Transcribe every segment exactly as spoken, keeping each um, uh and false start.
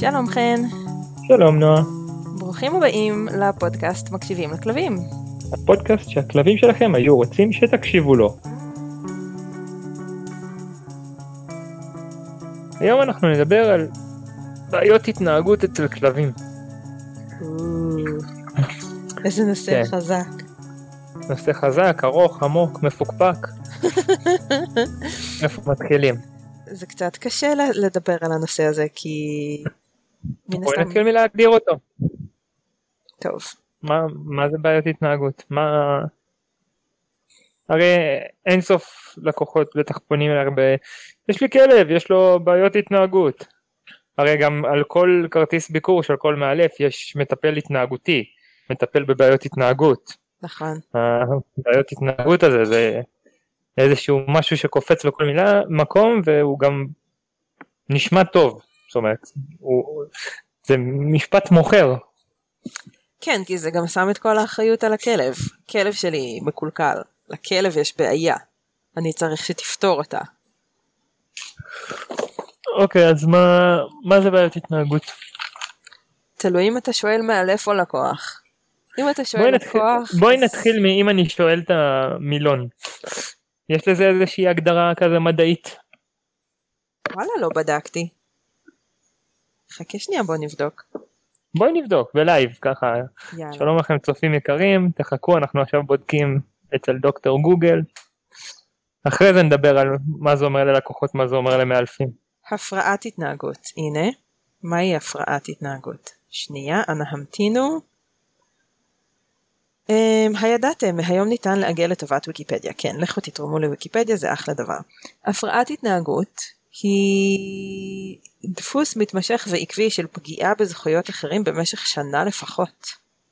שלום חן. שלום נועה. ברוכים הבאים לפודקאסט מקשיבים לכלבים. הפודקאסט שהכלבים שלכם היו רוצים שתקשיבו לו. היום אנחנו נדבר על בעיות התנהגות אצל כלבים. איזה נושא חזק. נושא חזק, ארוך, עמוק, מפוקפק. איפה מתחילים? זה קצת קשה לדבר על הנושא הזה, כי... בואי נתחיל מלהגדיר אותו. טוב. מה, מה זה בעיות התנהגות? מה... הרי אין סוף לקוחות בטח פונים הרבה, יש לי כלב, יש לו בעיות התנהגות. הרי גם על כל כרטיס ביקור של כל מאלף יש מטפל התנהגותי, מטפל בבעיות התנהגות. נכון. הבעיות התנהגות הזה זה איזשהו משהו שקופץ בכל מילה מקום, והוא גם נשמע טוב, זאת אומרת, הוא, זה משפט מוכר. כן, כי זה גם שם את כל האחריות על הכלב. כלב שלי מקולקל, לכלב יש בעיה, אני צריך שתפתור אותה. אוקיי, אז מה, מה זה בעיות התנהגות? תלוי אם אתה שואל מאלף או לקוח. אם אתה שואל בואי לקוח... נתחיל, בואי נתחיל מאם אני שואל את המילון. יש לזה איזושהי הגדרה כזה מדעית? וואלה, לא בדקתי. חכה שנייה, בוא נבדוק. בואי נבדוק, בלייב, ככה. יאללה. שלום לכם צופים יקרים, תחכו, אנחנו עכשיו בודקים אצל דוקטור גוגל. אחרי זה נדבר על מה זה אומר ללקוחות, מה זה אומר למאלפים. הפרעת התנהגות, הנה. מהי הפרעת התנהגות? שנייה, אנא המתינו. Um, הידעתם, היום ניתן לעגל לטובת ויקיפדיה. כן, לכו תתרמו לוויקיפדיה, זה אחלה דבר. הפרעת התנהגות היא דפוס מתמשך ועקבי של פגיעה בזכויות אחרים במשך שנה לפחות.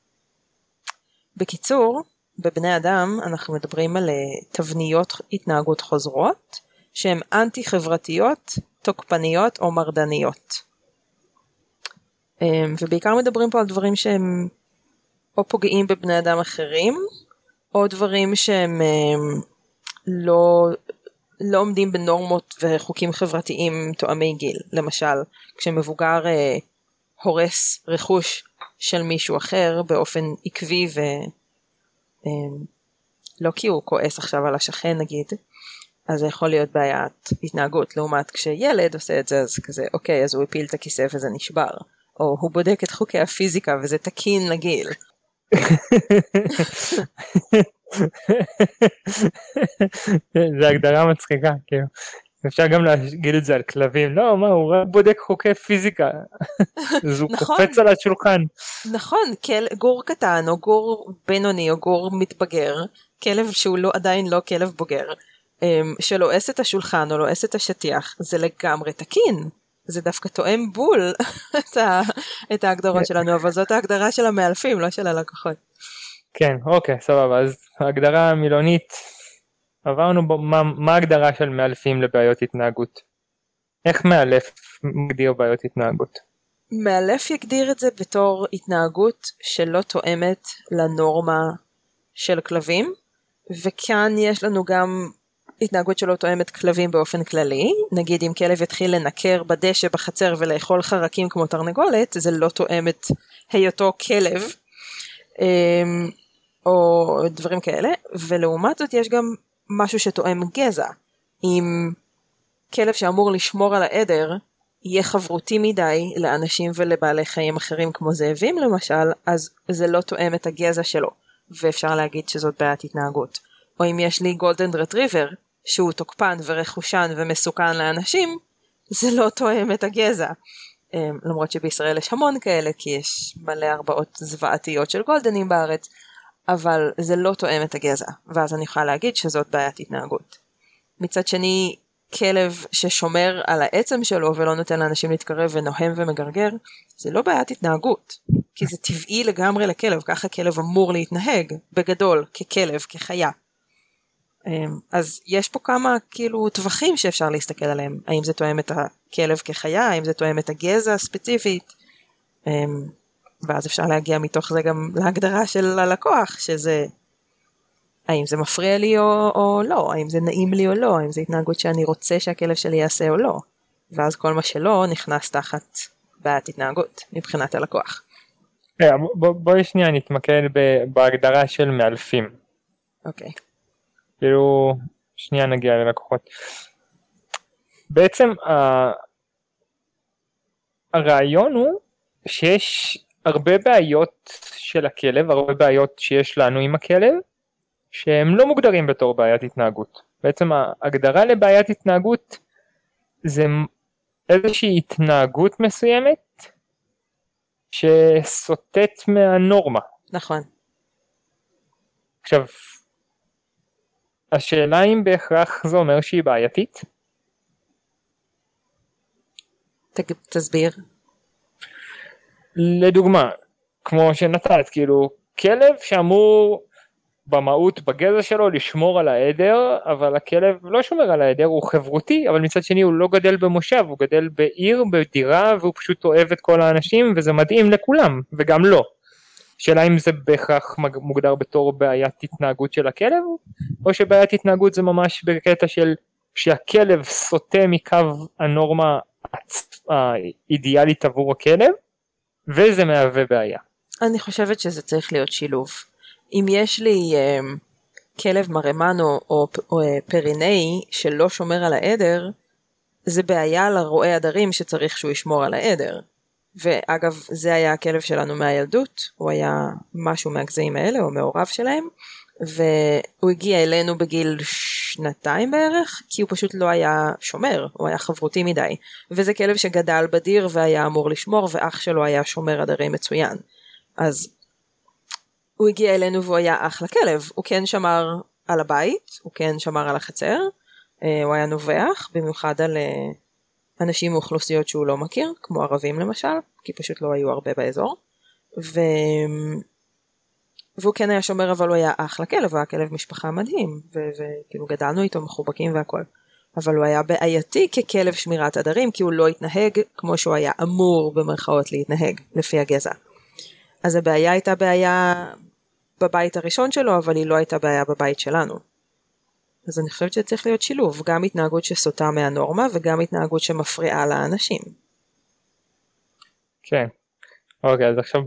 בקיצור, בבני אדם אנחנו מדברים על תבניות התנהגות חוזרות, שהן אנטי חברתיות, תוקפניות או מרדניות. Um, ובעיקר מדברים פה על דברים שהם או פוגעים בבני אדם אחרים, או דברים שהם um, לא... לא עומדים בנורמות וחוקים חברתיים תואמי גיל. למשל, כשמבוגר אה, הורס רכוש של מישהו אחר באופן עקבי ו... אה, לא כי הוא כועס עכשיו על השכן נגיד, אז זה יכול להיות בעיית התנהגות. לעומת כשילד עושה את זה, אז כזה, אוקיי, אז הוא הפיל את הכיסא וזה נשבר. או הוא בודק את חוקי הפיזיקה וזה תקין לגיל. זה הגדרה מצחיקה, כאילו. אפשר גם להגיד את זה על כלבים. לא, מה, הוא רק בודק חוקי פיזיקה. אז הוא קופץ על השולחן. נכון, גור קטן או גור בינוני או גור מתבגר, כלב שהוא לא, עדיין לא כלב בוגר, שלועס את השולחן או לועס את השטיח, זה לגמרי תקין. זה דווקא תואם בול את ההגדרות שלנו, אבל זאת ההגדרה של המאלפים, לא של הלקוחות. כן, אוקיי, סבבה. אז ההגדרה המילונית, עברנו בו, מה, מה ההגדרה של מאלפים לבעיות התנהגות? איך מאלף מגדיר בעיות התנהגות? מאלף יגדיר את זה בתור התנהגות שלא תואמת לנורמה של כלבים, וכאן יש לנו גם התנהגות שלא תואמת כלבים באופן כללי. נגיד אם כלב יתחיל לנקר בדשא בחצר ולאכול חרקים כמו תרנגולת, זה לא תואם את היותו כלב, או דברים כאלה. ולעומת זאת יש גם משהו שתואם גזע. אם כלב שאמור לשמור על העדר יהיה חברותי מדי לאנשים ולבעלי חיים אחרים כמו זאבים למשל, אז זה לא תואם את הגזע שלו, ואפשר להגיד שזאת בעיית התנהגות. או אם יש לי גולדן רטריבר שהוא תוקפן ורכושן ומסוכן לאנשים, זה לא תואם את הגזע. למרות שבישראל יש המון כאלה, כי יש מלא הרבעות זוועתיות של גולדנים בארץ, אבל זה לא תואם את הגזע, ואז אני יכולה להגיד שזאת בעיית התנהגות. מצד שני, כלב ששומר על העצם שלו ולא נותן לאנשים להתקרב ונוהם ומגרגר, זה לא בעיית התנהגות, כי זה טבעי לגמרי לכלב, ככה כלב אמור להתנהג בגדול, ככלב, כחיה. אז יש פה כמה כאילו טווחים שאפשר להסתכל עליהם, האם זה תואם את הכלב כחיה, האם זה תואם את הגזע הספציפית, ואז אפשר להגיע מתוך זה גם להגדרה של הלקוח, שזה האם זה מפריע לי או, או לא, האם זה נעים לי או לא, האם זה התנהגות שאני רוצה שהכלב שלי יעשה או לא, ואז כל מה שלא נכנס תחת בעיית התנהגות מבחינת הלקוח. בואי שנייה נתמקד בהגדרה של מאלפים. אוקיי. כאילו, שנייה נגיע ללקוחות. בעצם הרעיון הוא שיש הרבה בעיות של הכלב, הרבה בעיות שיש לנו עם הכלב, שהם לא מוגדרים בתור בעיית התנהגות. בעצם ההגדרה לבעיית התנהגות זה איזושהי התנהגות מסוימת שסוטט מהנורמה. נכון. עכשיו, השאלה אם בהכרח זה אומר שהיא בעייתית? ת, תסביר. לדוגמה, כמו שנתת, כאילו, כלב שאמור במהות בגזע שלו לשמור על העדר, אבל הכלב לא שומר על העדר, הוא חברותי, אבל מצד שני הוא לא גדל במושב, הוא גדל בעיר, בדירה, והוא פשוט אוהב את כל האנשים, וזה מדהים לכולם, וגם לא. שאלה אם זה בהכרח מוגדר בתור בעיית התנהגות של הכלב, או שבעיית התנהגות זה ממש בקטע של שהכלב סוטה מקו הנורמה האידיאלית עבור הכלב, וזה מהווה בעיה. אני חושבת שזה צריך להיות שילוב. אם יש לי אה, כלב מרמן או, או, או פרינאי שלא שומר על העדר, זה בעיה לרועה עדרים שצריך שהוא ישמור על העדר. ואגב, זה היה הכלב שלנו מהילדות, הוא היה משהו מהגזעים האלה, או מעורב שלהם, והוא הגיע אלינו בגיל שנתיים בערך, כי הוא פשוט לא היה שומר, הוא היה חברותי מדי, וזה כלב שגדל בדיר והיה אמור לשמור, ואח שלו היה שומר עדרים מצוין. אז הוא הגיע אלינו והוא היה אחלה כלב, הוא כן שמר על הבית, הוא כן שמר על החצר, הוא היה נובח, במיוחד על אנשים מאוכלוסיות שהוא לא מכיר, כמו ערבים למשל, כי פשוט לא היו הרבה באזור, ו... והוא כן היה שומר, אבל הוא היה אחלה כלב, הוא היה כלב משפחה מדהים, וכאילו גדלנו איתו מחובקים והכל, אבל הוא היה בעייתי ככלב שמירת עדרים, כי הוא לא התנהג כמו שהוא היה אמור במרכאות להתנהג, לפי הגזע. אז הבעיה הייתה בעיה בבית הראשון שלו, אבל היא לא הייתה בעיה בבית שלנו. אז אני חושבת שצריך להיות שילוב, גם התנהגות שסוטה מהנורמה, וגם התנהגות שמפריעה לאנשים. כן. אוקיי, אז עכשיו...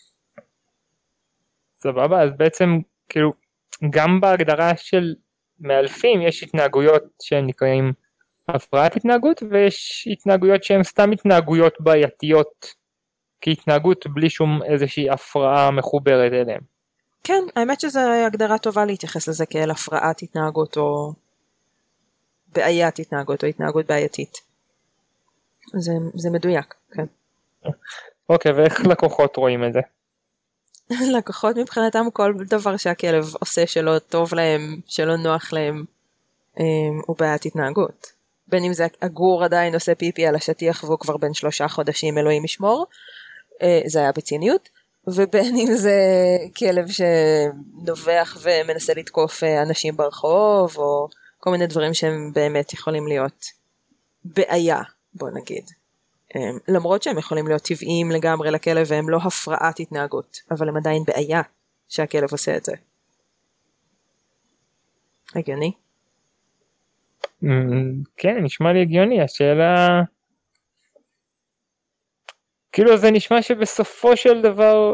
סבבה, אז בעצם, כאילו, גם בהגדרה של מאלפים, יש התנהגויות שהן נקראים הפרעת התנהגות, ויש התנהגויות שהן סתם התנהגויות בעייתיות, כהתנהגות בלי שום איזושהי הפרעה מחוברת אליהם. כן, האמת שזו הגדרה טובה להתייחס לזה כאל הפרעת התנהגות או בעיית התנהגות או התנהגות בעייתית. זה, זה מדויק, כן. אוקיי, ואיך לקוחות רואים את זה? לקוחות מבחינתם כל דבר שהכלב עושה שלא טוב להם, שלא נוח להם, הוא בעיית התנהגות. בין אם זה הגור עדיין עושה פיפי על השטיח והוא כבר בין שלושה חודשים אלוהים ישמור, זה היה בציניות. ובין אם זה כלב שנובח ומנסה לתקוף אנשים ברחוב, או כל מיני דברים שהם באמת יכולים להיות בעיה, בוא נגיד. למרות שהם יכולים להיות טבעיים לגמרי לכלב, והם לא הפרעת התנהגות, אבל הם עדיין בעיה שהכלב עושה את זה. הגיוני? כן, נשמע לי הגיוני. השאלה... כאילו זה נשמע שבסופו של דבר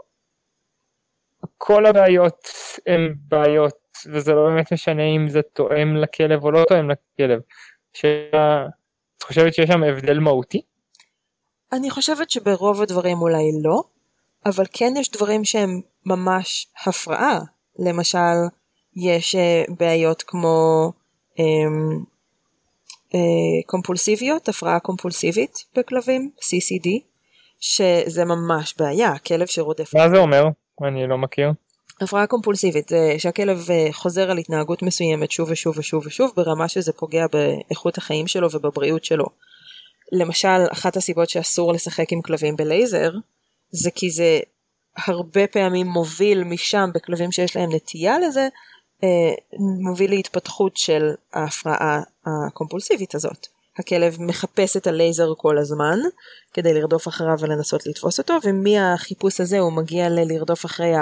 כל הבעיות הן בעיות, וזה לא באמת משנה אם זה תואם לכלב או לא תואם לכלב. שאלה, את חושבת שיש שם הבדל מהותי? אני חושבת שברוב הדברים אולי לא, אבל כן יש דברים שהם ממש הפרעה. למשל, יש בעיות כמו אמ, אה, קומפולסיביות, הפרעה קומפולסיבית בכלבים, סי סי די, שזה ממש בעיה, כלב שרודף. מה זה אומר? אני לא מכיר. הפרעה קומפולסיבית זה שהכלב חוזר על התנהגות מסוימת שוב ושוב ושוב ושוב, ברמה שזה פוגע באיכות החיים שלו ובבריאות שלו. למשל, אחת הסיבות שאסור לשחק עם כלבים בלייזר, זה כי זה הרבה פעמים מוביל משם בכלבים שיש להם נטייה לזה, מוביל להתפתחות של ההפרעה הקומפולסיבית הזאת. הכלב מחפש את הלייזר כל הזמן, כדי לרדוף אחריו ולנסות לתפוס אותו, ומהחיפוש הזה הוא מגיע ללרדוף אחרי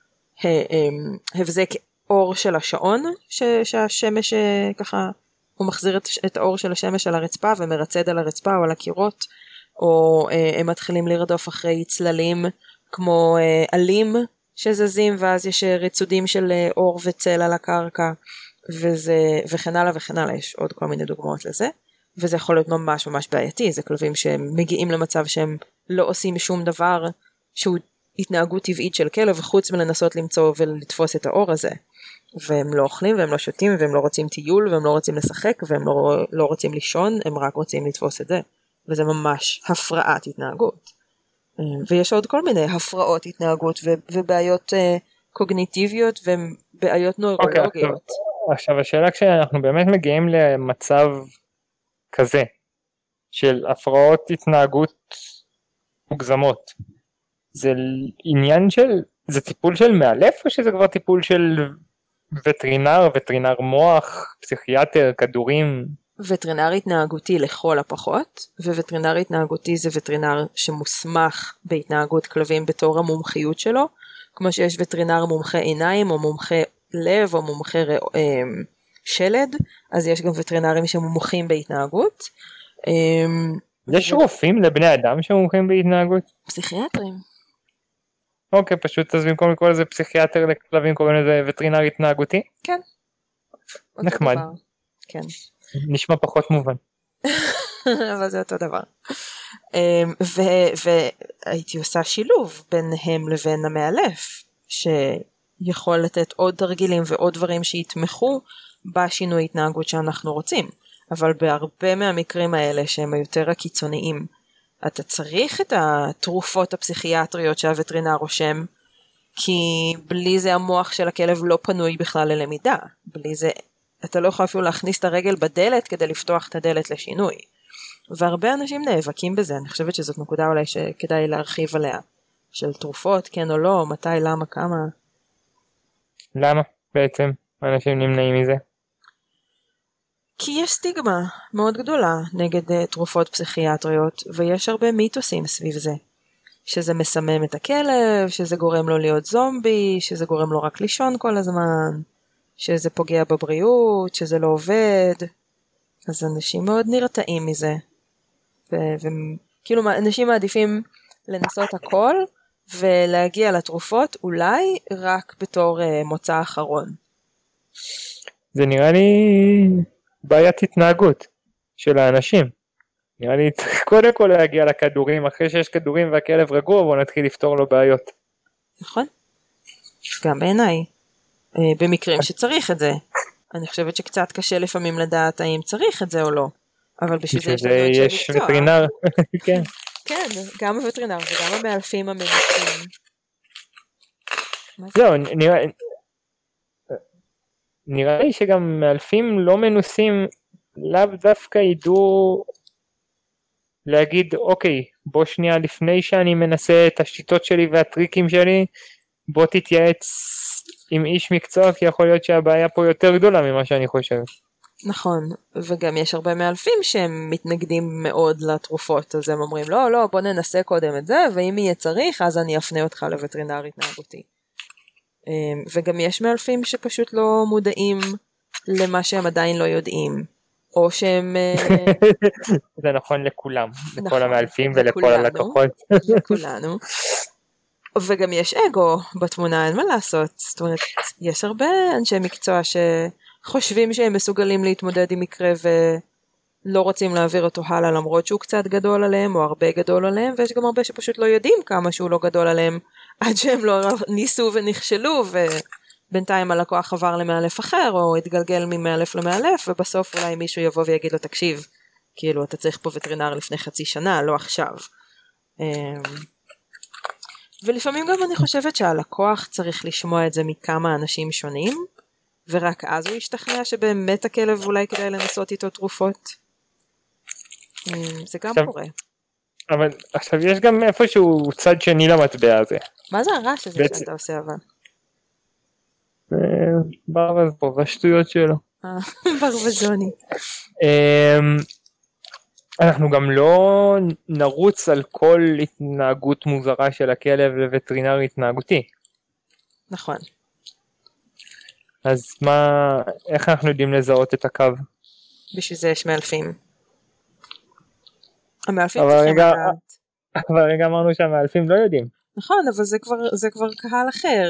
ההבזק אור של השעון, שהשמש ככה, הוא מחזיר את האור של השמש על הרצפה, ומרצד על הרצפה או על הקירות, או אה, הם מתחילים לרדוף אחרי צללים כמו אה, עלים שזזים, ואז יש ריצודים של אה, אור וצל על הקרקע, וזה, וכן הלאה וכן הלאה, יש עוד כל מיני דוגמאות לזה, וזה יכול להיות ממש ממש בעייתי, זה כלבים שהם מגיעים למצב שהם לא עושים שום דבר שהוא התנהגות טבעית של כלב, חוץ מלנסות למצוא ולתפוס את האור הזה, והם לא אוכלים והם לא שותים והם לא רוצים טיול והם לא רוצים לשחק והם לא, לא רוצים לישון, הם רק רוצים לתפוס את זה, וזה ממש הפרעת התנהגות. ויש עוד כל מיני הפרעות התנהגות ו- ובעיות uh, קוגניטיביות ובעיות נוירולוגיות. Okay, עכשיו, עכשיו השאלה, כשאנחנו באמת מגיעים למצב כזה של הפרעות התנהגות מוגזמות, זה עניין של, זה טיפול של מאלף או שזה כבר טיפול של וטרינר, וטרינר מוח, פסיכיאטר, כדורים? וטרינר התנהגותי לכל הפחות, ווטרינר התנהגותי זה וטרינר שמוסמך בהתנהגות כלבים בתור המומחיות שלו, כמו שיש וטרינר מומחה עיניים או מומחה לב או מומחה שלד, אז יש גם וטרינרים שמומחים בהתנהגות. יש רופאים לבני אדם שמומחים בהתנהגות? פסיכיאטרים. אוקיי, פשוט אז במקום לקרוא לזה פסיכיאטר לכלבים קוראים לזה וטרינר התנהגותי? כן. נחמד. כן. נשמע נשמע פחות מובן. אבל זה אותו דבר. והייתי עושה שילוב ביניהם לבין המאלף, שיכול לתת עוד תרגילים ועוד דברים שיתמכו בשינוי התנהגות שאנחנו רוצים. אבל בהרבה מהמקרים האלה שהם היותר הקיצוניים, אתה צריך את התרופות הפסיכיאטריות שהווטרינר רושם, כי בלי זה המוח של הכלב לא פנוי בכלל ללמידה. בלי זה אתה לא יכול אפילו להכניס את הרגל בדלת כדי לפתוח את הדלת לשינוי. והרבה אנשים נאבקים בזה, אני חושבת שזאת נקודה אולי שכדאי להרחיב עליה. של תרופות, כן או לא, מתי, למה, כמה. למה בעצם אנשים נמנעים מזה? כי יש סטיגמה מאוד גדולה נגד uh, תרופות פסיכיאטריות, ויש הרבה מיתוסים סביב זה. שזה מסמם את הכלב, שזה גורם לו להיות זומבי, שזה גורם לו רק לישון כל הזמן, שזה פוגע בבריאות, שזה לא עובד. אז אנשים מאוד נרתעים מזה. וכאילו אנשים מעדיפים לנסות הכל, ולהגיע לתרופות אולי רק בתור uh, מוצא אחרון. זה נראה לי בעיית התנהגות של האנשים. נראה לי קודם כל להגיע לכדורים, אחרי שיש כדורים והכלב רגוע, בוא נתחיל לפתור לו בעיות. נכון. גם בעיניי. במקרים שצריך את זה. אני חושבת שקצת קשה לפעמים לדעת האם צריך את זה או לא. אבל בשביל זה יש לנו אנשי יש מקצוע. וטרינר. כן. כן, גם הווטרינר וגם המאלפים המנוסים. זהו, נראה... נראה לי שגם מאלפים לא מנוסים לאו דווקא ידעו להגיד, אוקיי, בוא שנייה לפני שאני מנסה את השיטות שלי והטריקים שלי, בוא תתייעץ עם איש מקצוע, כי יכול להיות שהבעיה פה יותר גדולה ממה שאני חושב. נכון, וגם יש הרבה מאלפים שהם מתנגדים מאוד לתרופות, אז הם אומרים, לא, לא, בוא ננסה קודם את זה, ואם יהיה צריך, אז אני אפנה אותך לווטרינר התנהגותי. וגם יש מאלפים שפשוט לא מודעים למה שהם עדיין לא יודעים, או שהם... זה נכון לכולם, לכל נכון, המאלפים ולכל לכולנו, הלקוחות. לכולנו. וגם יש אגו בתמונה, אין מה לעשות. זאת אומרת, יש הרבה אנשי מקצוע שחושבים שהם מסוגלים להתמודד עם מקרה ולא רוצים להעביר אותו הלאה, למרות שהוא קצת גדול עליהם או הרבה גדול עליהם, ויש גם הרבה שפשוט לא יודעים כמה שהוא לא גדול עליהם, עד שהם לא ניסו ונכשלו, ובינתיים הלקוח עבר למאלף אחר, או התגלגל ממאלף למאלף, ובסוף אולי מישהו יבוא ויגיד לו, תקשיב, כאילו אתה צריך פה וטרינר לפני חצי שנה, לא עכשיו. ולפעמים גם אני חושבת שהלקוח צריך לשמוע את זה מכמה אנשים שונים, ורק אז הוא ישתכנע שבאמת הכלב אולי כדאי לנסות איתו תרופות. זה גם עכשיו, קורה. אבל עכשיו יש גם איפשהו צד שני למטבע הזה. מה זה הרעש הזה בעצם... שאתה עושה אבל? ברווז פה, והשטויות שלו. ברווזוני. אנחנו גם לא נרוץ על כל התנהגות מוזרה של הכלב לווטרינר התנהגותי. נכון. אז מה, איך אנחנו יודעים לזהות את הקו? בשביל זה יש מאלפים. המאלפים צריכים לדעת. אבל רגע אמרנו שהמאלפים לא יודעים. נכון, אבל זה כבר, זה כבר קהל אחר.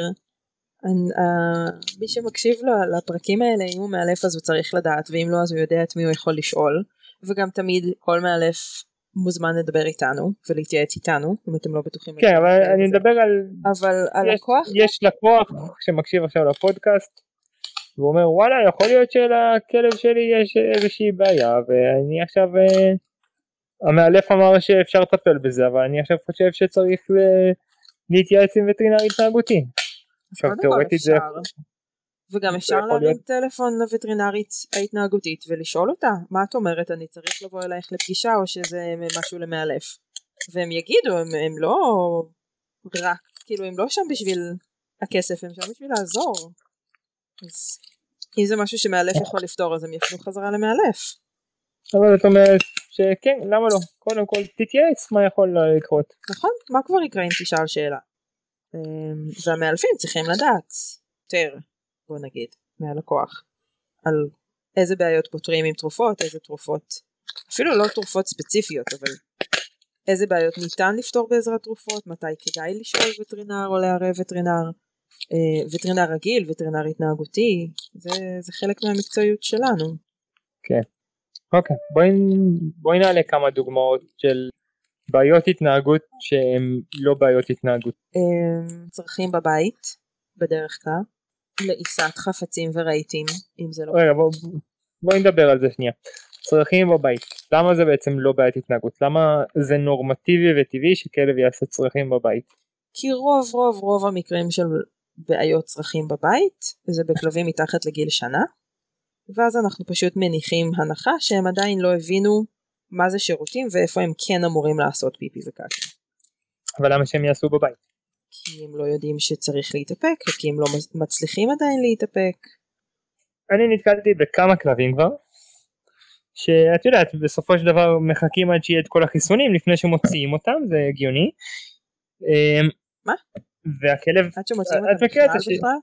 מי שמקשיב לו לפרקים האלה, אם הוא מאלף אז הוא צריך לדעת, ואם לא אז הוא יודע את מי הוא יכול לשאול, וגם תמיד כל מאלף מוזמן לדבר איתנו ולהתייעץ איתנו, אם אתם לא בטוחים. כן, אבל אני מדבר על... אבל על לקוח? יש לקוח שמקשיב עכשיו לפודקאסט, והוא אומר וואלה, יכול להיות שלכלב שלי יש איזושהי בעיה, ואני עכשיו... המאלף אמר שאפשר לטפל בזה, אבל אני עכשיו חושב שצריך להתייעץ עם וטרינר התנהגותי. עכשיו תיאורטית זה... וגם אפשר להרים טלפון לווטרינרית ההתנהגותית ולשאול אותה, מה את אומרת, אני צריך לבוא אלייך לפגישה או שזה משהו למאלף? והם יגידו, הם, הם לא רק, כאילו הם לא שם בשביל הכסף, הם שם בשביל לעזור. אז אם זה משהו שמאלף יכול לפתור, אז הם יפנו חזרה למאלף. אבל זאת אומרת שכן, למה לא? קודם כל תתייעץ מה יכול לקרות. נכון, מה כבר יקרה אם תשאל שאלה? והמאלפים צריכים לדעת יותר, בוא נגיד, מהלקוח, על איזה בעיות פותרים עם תרופות, איזה תרופות, אפילו לא תרופות ספציפיות, אבל איזה בעיות ניתן לפתור בעזרת תרופות, מתי כדאי לשאול וטרינר או לערב וטרינר, וטרינר רגיל, וטרינר התנהגותי, זה, זה חלק מהמקצועיות שלנו. כן. אוקיי, בואי, בואי נעלה כמה דוגמאות של בעיות התנהגות שהן לא בעיות התנהגות. צרכים בבית, בדרך כלל, לעיסת חפצים ורהיטים, אם זה לא... רגע, בוא, בואי נדבר על זה שנייה. צרכים בבית, למה זה בעצם לא בעיית התנהגות? למה זה נורמטיבי וטבעי שכלב יעשה צרכים בבית? כי רוב רוב רוב המקרים של בעיות צרכים בבית, זה בכלבים מתחת לגיל שנה, ואז אנחנו פשוט מניחים הנחה שהם עדיין לא הבינו מה זה שירותים ואיפה הם כן אמורים לעשות פיפי וקקי. אבל למה שהם יעשו בבית? כי הם לא יודעים שצריך להתאפק, כי הם לא מצליחים עדיין להתאפק. אני נתקלתי בכמה כלבים כבר, שאת יודעת, בסופו של דבר מחכים עד שיהיה את כל החיסונים לפני שמוציאים אותם, זה הגיוני. מה? והכלב... עד שמוציאים אותם בכלל בכלל?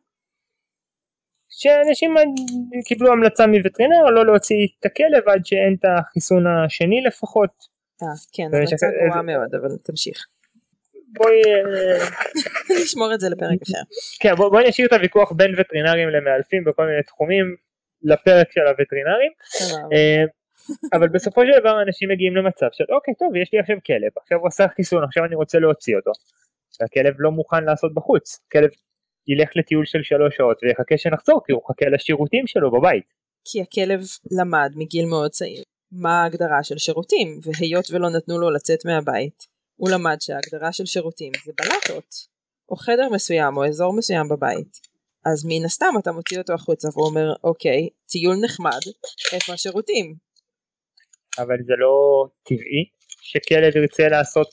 שאנשים קיבלו המלצה מווטרינר לא להוציא את הכלב עד שאין את החיסון השני לפחות. אה, כן, המלצה גרועה מאוד, אבל תמשיך. בואי... נשמור את זה לפרק אחר. כן, בואי נשאיר את הוויכוח בין וטרינרים למאלפים בכל מיני תחומים לפרק של הווטרינרים. אבל בסופו של דבר אנשים מגיעים למצב של אוקיי, טוב, יש לי עכשיו כלב, עכשיו הוא עשה חיסון, עכשיו אני רוצה להוציא אותו. והכלב לא מוכן לעשות בחוץ. כלב ילך לטיול של שלוש שעות ויחכה שנחזור, כי הוא חכה לשירותים שלו בבית. כי הכלב למד מגיל מאוד צעיר מה ההגדרה של שירותים, והיות ולא נתנו לו לצאת מהבית, הוא למד שההגדרה של שירותים זה בלטות, או חדר מסוים, או אזור מסוים בבית. אז מן הסתם אתה מוציא אותו החוצה, והוא אומר, אוקיי, טיול נחמד, איפה השירותים? אבל זה לא טבעי שכלב ירצה לעשות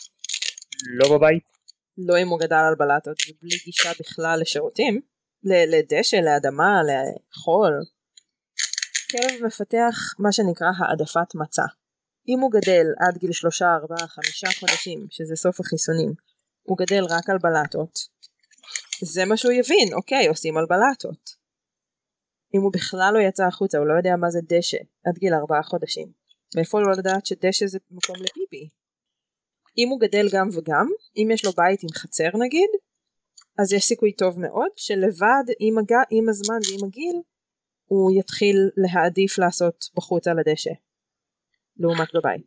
לא בבית? לא אם הוא גדל על בלטות ובלי גישה בכלל לשירותים, לדשא, לאדמה, לחול. כלב מפתח מה שנקרא העדפת מצע. אם הוא גדל עד גיל שלושה, ארבעה, חמישה חודשים, שזה סוף החיסונים, הוא גדל רק על בלטות, זה מה שהוא יבין, אוקיי, עושים על בלטות. אם הוא בכלל לא יצא החוצה, הוא לא יודע מה זה דשא, עד גיל ארבעה חודשים. מאיפה לא לדעת שדשא זה מקום לפיפי? אם הוא גדל גם וגם, אם יש לו בית עם חצר נגיד, אז יש סיכוי טוב מאוד שלבד עם, הג... עם הזמן ועם הגיל, הוא יתחיל להעדיף לעשות בחוץ על הדשא, לעומת בבית.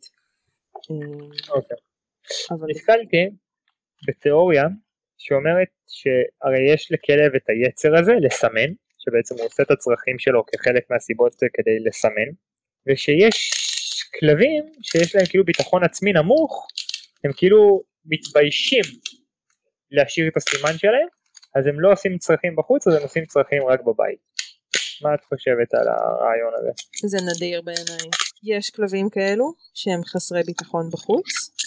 אוקיי. נתקלתי בתיאוריה שאומרת שהרי יש לכלב את היצר הזה לסמן, שבעצם הוא עושה את הצרכים שלו כחלק מהסיבות כדי לסמן, ושיש כלבים שיש להם כאילו ביטחון עצמי נמוך, הם כאילו מתביישים להשאיר את הסימן שלהם, אז הם לא עושים צרכים בחוץ, אז הם עושים צרכים רק בבית. מה את חושבת על הרעיון הזה? זה נדיר בעיניי. יש כלבים כאלו שהם חסרי ביטחון בחוץ.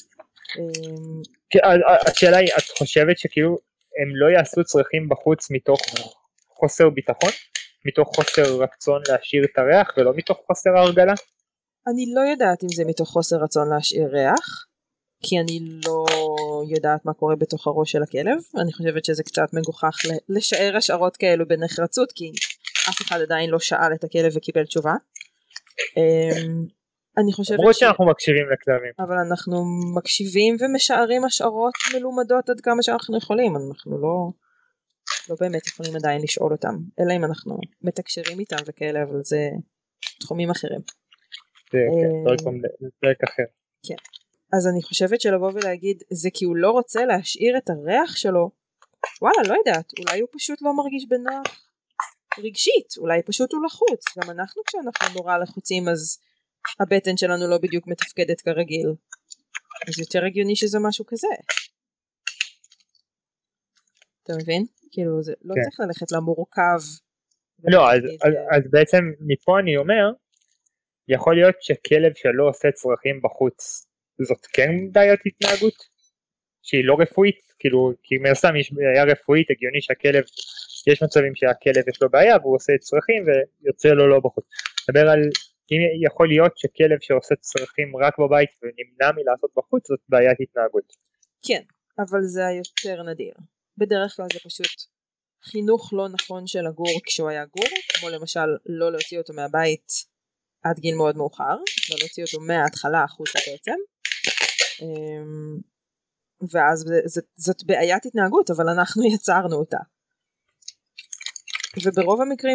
השאלה היא, את חושבת שכאילו הם לא יעשו צרכים בחוץ מתוך חוסר ביטחון? מתוך חוסר רצון להשאיר את הריח ולא מתוך חוסר הרגלה? אני לא יודעת אם זה מתוך חוסר רצון להשאיר ריח, כי אני לא יודעת מה קורה בתוך הראש של הכלב. אני חושבת שזה קצת מגוחך לשער השערות כאלו בנחרצות, כי אף אחד עדיין לא שאל את הכלב וקיבל תשובה. אני חושבת למרות ש... שאנחנו מקשיבים לכלבים. אבל אנחנו מקשיבים ומשערים השערות מלומדות עד כמה שאנחנו יכולים, אנחנו לא, לא באמת יכולים עדיין לשאול אותם, אלא אם אנחנו מתקשרים איתם וכאלה, אבל זה תחומים אחרים. זה פרק אחר. כן. אז אני חושבת שלבוא ולהגיד, זה כי הוא לא רוצה להשאיר את הריח שלו, וואלה, לא יודעת, אולי הוא פשוט לא מרגיש בנוח רגשית, אולי פשוט הוא לחוץ, גם אנחנו כשאנחנו נורא לחוצים, אז הבטן שלנו לא בדיוק מתפקדת כרגיל, אז יותר הגיוני שזה משהו כזה. אתה מבין? כאילו זה לא כן. צריך ללכת למורכב. לא, אז, אז, אז בעצם מפה אני אומר, יכול להיות שכלב שלא עושה צרכים בחוץ, זאת כן בעיית התנהגות? שהיא לא רפואית? כאילו, כי מרסם יש בעיה רפואית, הגיוני שהכלב, יש מצבים שהכלב יש לו בעיה והוא עושה צרכים ויוצא לו לא בחוץ. דבר על, אם יכול להיות שכלב שעושה צרכים רק בבית ונמנע מלעשות בחוץ, זאת בעיית התנהגות. כן, אבל זה היותר נדיר. בדרך כלל זה פשוט חינוך לא נכון של הגור כשהוא היה גור, כמו למשל לא להוציא אותו מהבית עד גיל מאוד מאוחר, לא להוציא אותו מההתחלה החוצה בעצם, ואז זאת, זאת בעיית התנהגות, אבל אנחנו יצרנו אותה. וברוב המקרים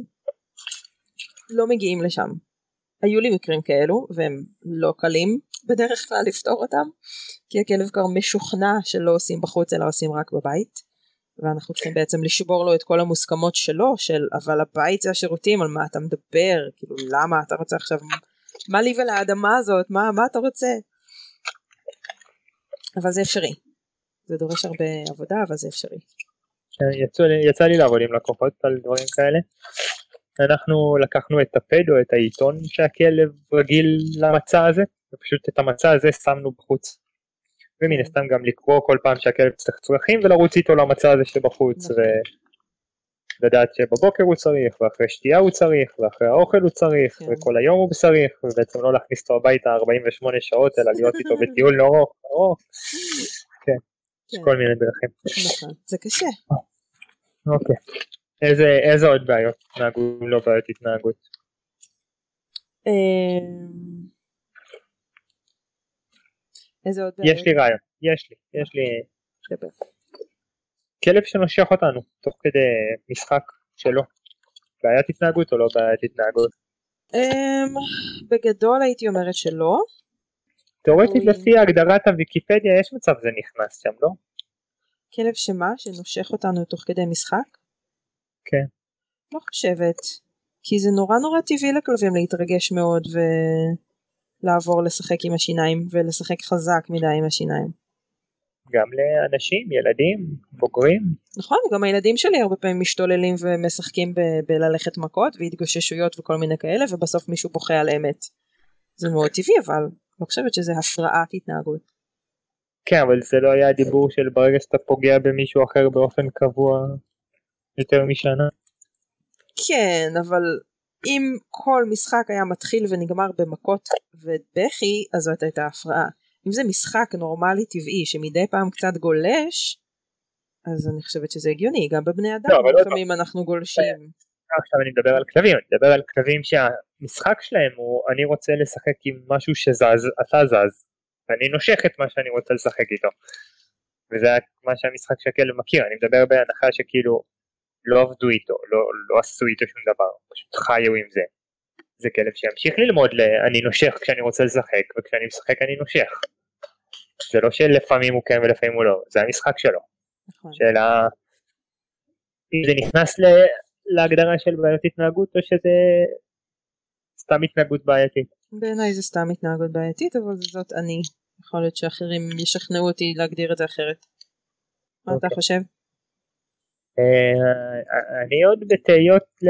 לא מגיעים לשם. היו לי מקרים כאלו, והם לא קלים בדרך כלל לפתור אותם, כי הכלב כבר משוכנע שלא עושים בחוץ, אלא עושים רק בבית, ואנחנו צריכים בעצם לשבור לו את כל המוסכמות שלו, של אבל הבית זה השירותים, על מה אתה מדבר, כאילו למה אתה רוצה עכשיו, מה לי ולאדמה הזאת, מה, מה אתה רוצה? אבל זה אפשרי, זה דורש הרבה עבודה, אבל זה אפשרי. יצא, יצא לי לעבוד עם לקוחות על דברים כאלה, אנחנו לקחנו את הפד או את העיתון שהכלב רגיל למצע הזה, ופשוט את המצע הזה שמנו בחוץ. ומן הסתם גם לקרוא כל פעם שהכלב צריך צרכים ולרוץ איתו למצע הזה שבחוץ, ולדעת שבבוקר הוא צריך, ואחרי שתייה הוא צריך, ואחרי האוכל הוא צריך, וכל היום הוא צריך, ובעצם לא להכניס אותו הביתה ארבעים ושמונה שעות, אלא להיות איתו בטיול ארוך, ארוך. כן, יש כל מיני דרכים. נכון, זה קשה. אוקיי. איזה עוד בעיות התנהגות, לא בעיות התנהגות? איזה עוד בעיות? יש לי רעיון, יש לי, יש לי כלב שנושך אותנו תוך כדי משחק שלו, בעיית התנהגות או לא בעיית התנהגות? בגדול הייתי אומרת שלא. תיאורטית לפי הגדרת הוויקיפדיה יש מצב זה נכנס שם, לא? כלב שמה? שנושך אותנו תוך כדי משחק? כן. לא חושבת, כי זה נורא נורא טבעי לכלבים להתרגש מאוד ולעבור לשחק עם השיניים ולשחק חזק מדי עם השיניים. גם לאנשים, ילדים, בוגרים. נכון, גם הילדים שלי הרבה פעמים משתוללים ומשחקים ב- בללכת מכות והתגוששויות וכל מיני כאלה, ובסוף מישהו בוכה על אמת. זה מאוד טבעי, אבל לא חושבת שזה הפרעת התנהגות. כן, אבל זה לא היה הדיבור של ברגע שאתה פוגע במישהו אחר באופן קבוע יותר משנה. כן, אבל אם כל משחק היה מתחיל ונגמר במכות ובכי, אז זאת הייתה הפרעה. אם זה משחק נורמלי טבעי שמדי פעם קצת גולש, אז אני חושבת שזה הגיוני, גם בבני אדם, לא, לפעמים לא. אנחנו גולשים. עכשיו אני מדבר על כלבים, אני מדבר על כלבים שהמשחק שלהם הוא, אני רוצה לשחק עם משהו שזז, אתה זז, ואני נושך את מה שאני רוצה לשחק איתו. וזה מה שהמשחק שהכלב מכיר, אני מדבר בהנחה שכאילו לא עבדו איתו, לא, לא עשו איתו שום דבר, פשוט חיו עם זה. זה כלב שימשיך ללמוד, אני נושך כשאני רוצה לשחק, וכשאני משחק אני נושך. זה לא שלפעמים הוא כן ולפעמים הוא לא, זה המשחק שלו. נכון. שאלה, אם זה נכנס ל... להגדרה של בעיות התנהגות, או שזה סתם התנהגות בעייתית? בעיניי זה סתם התנהגות בעייתית, אבל זאת אני. יכול להיות שאחרים ישכנעו אותי להגדיר את זה אחרת. מה אתה חושב? אני עוד בתהיות ל...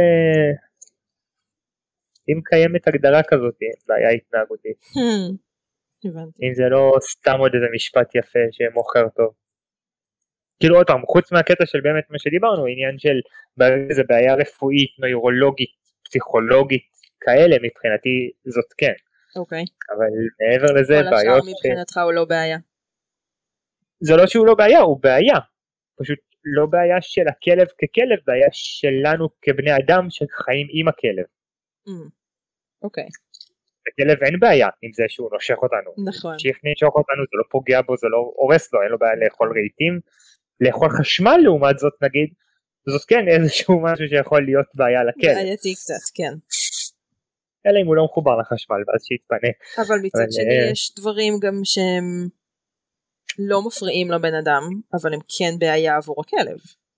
אם קיימת הגדרה כזאת, בעיה התנהגותית. אם זה לא סתם עוד איזה משפט יפה שמוכר טוב. כאילו עוד פעם, חוץ מהקטע של באמת מה שדיברנו, עניין של זה בעיה רפואית, נוירולוגית, פסיכולוגית, כאלה מבחינתי זאת כן. אוקיי. אבל מעבר לזה בעיות... כל השאר מבחינתך הוא לא בעיה. זה לא שהוא לא בעיה, הוא בעיה. פשוט לא בעיה של הכלב ככלב, בעיה שלנו כבני אדם שחיים עם הכלב. אוקיי. לכלב אין בעיה עם זה שהוא נושך אותנו. נכון. שיח נשוך אותנו, זה לא פוגע בו, זה לא הורס לו, אין לו בעיה לאכול רהיטים, לאכול חשמל לעומת זאת נגיד, זאת כן איזשהו משהו שיכול להיות בעיה לכלב. בעייתי קצת, כן. אלא אם הוא לא מחובר לחשמל, ואז שיתפנה. אבל מצד שני יש דברים גם שהם לא מפריעים לבן אדם, אבל הם כן בעיה עבור הכלב.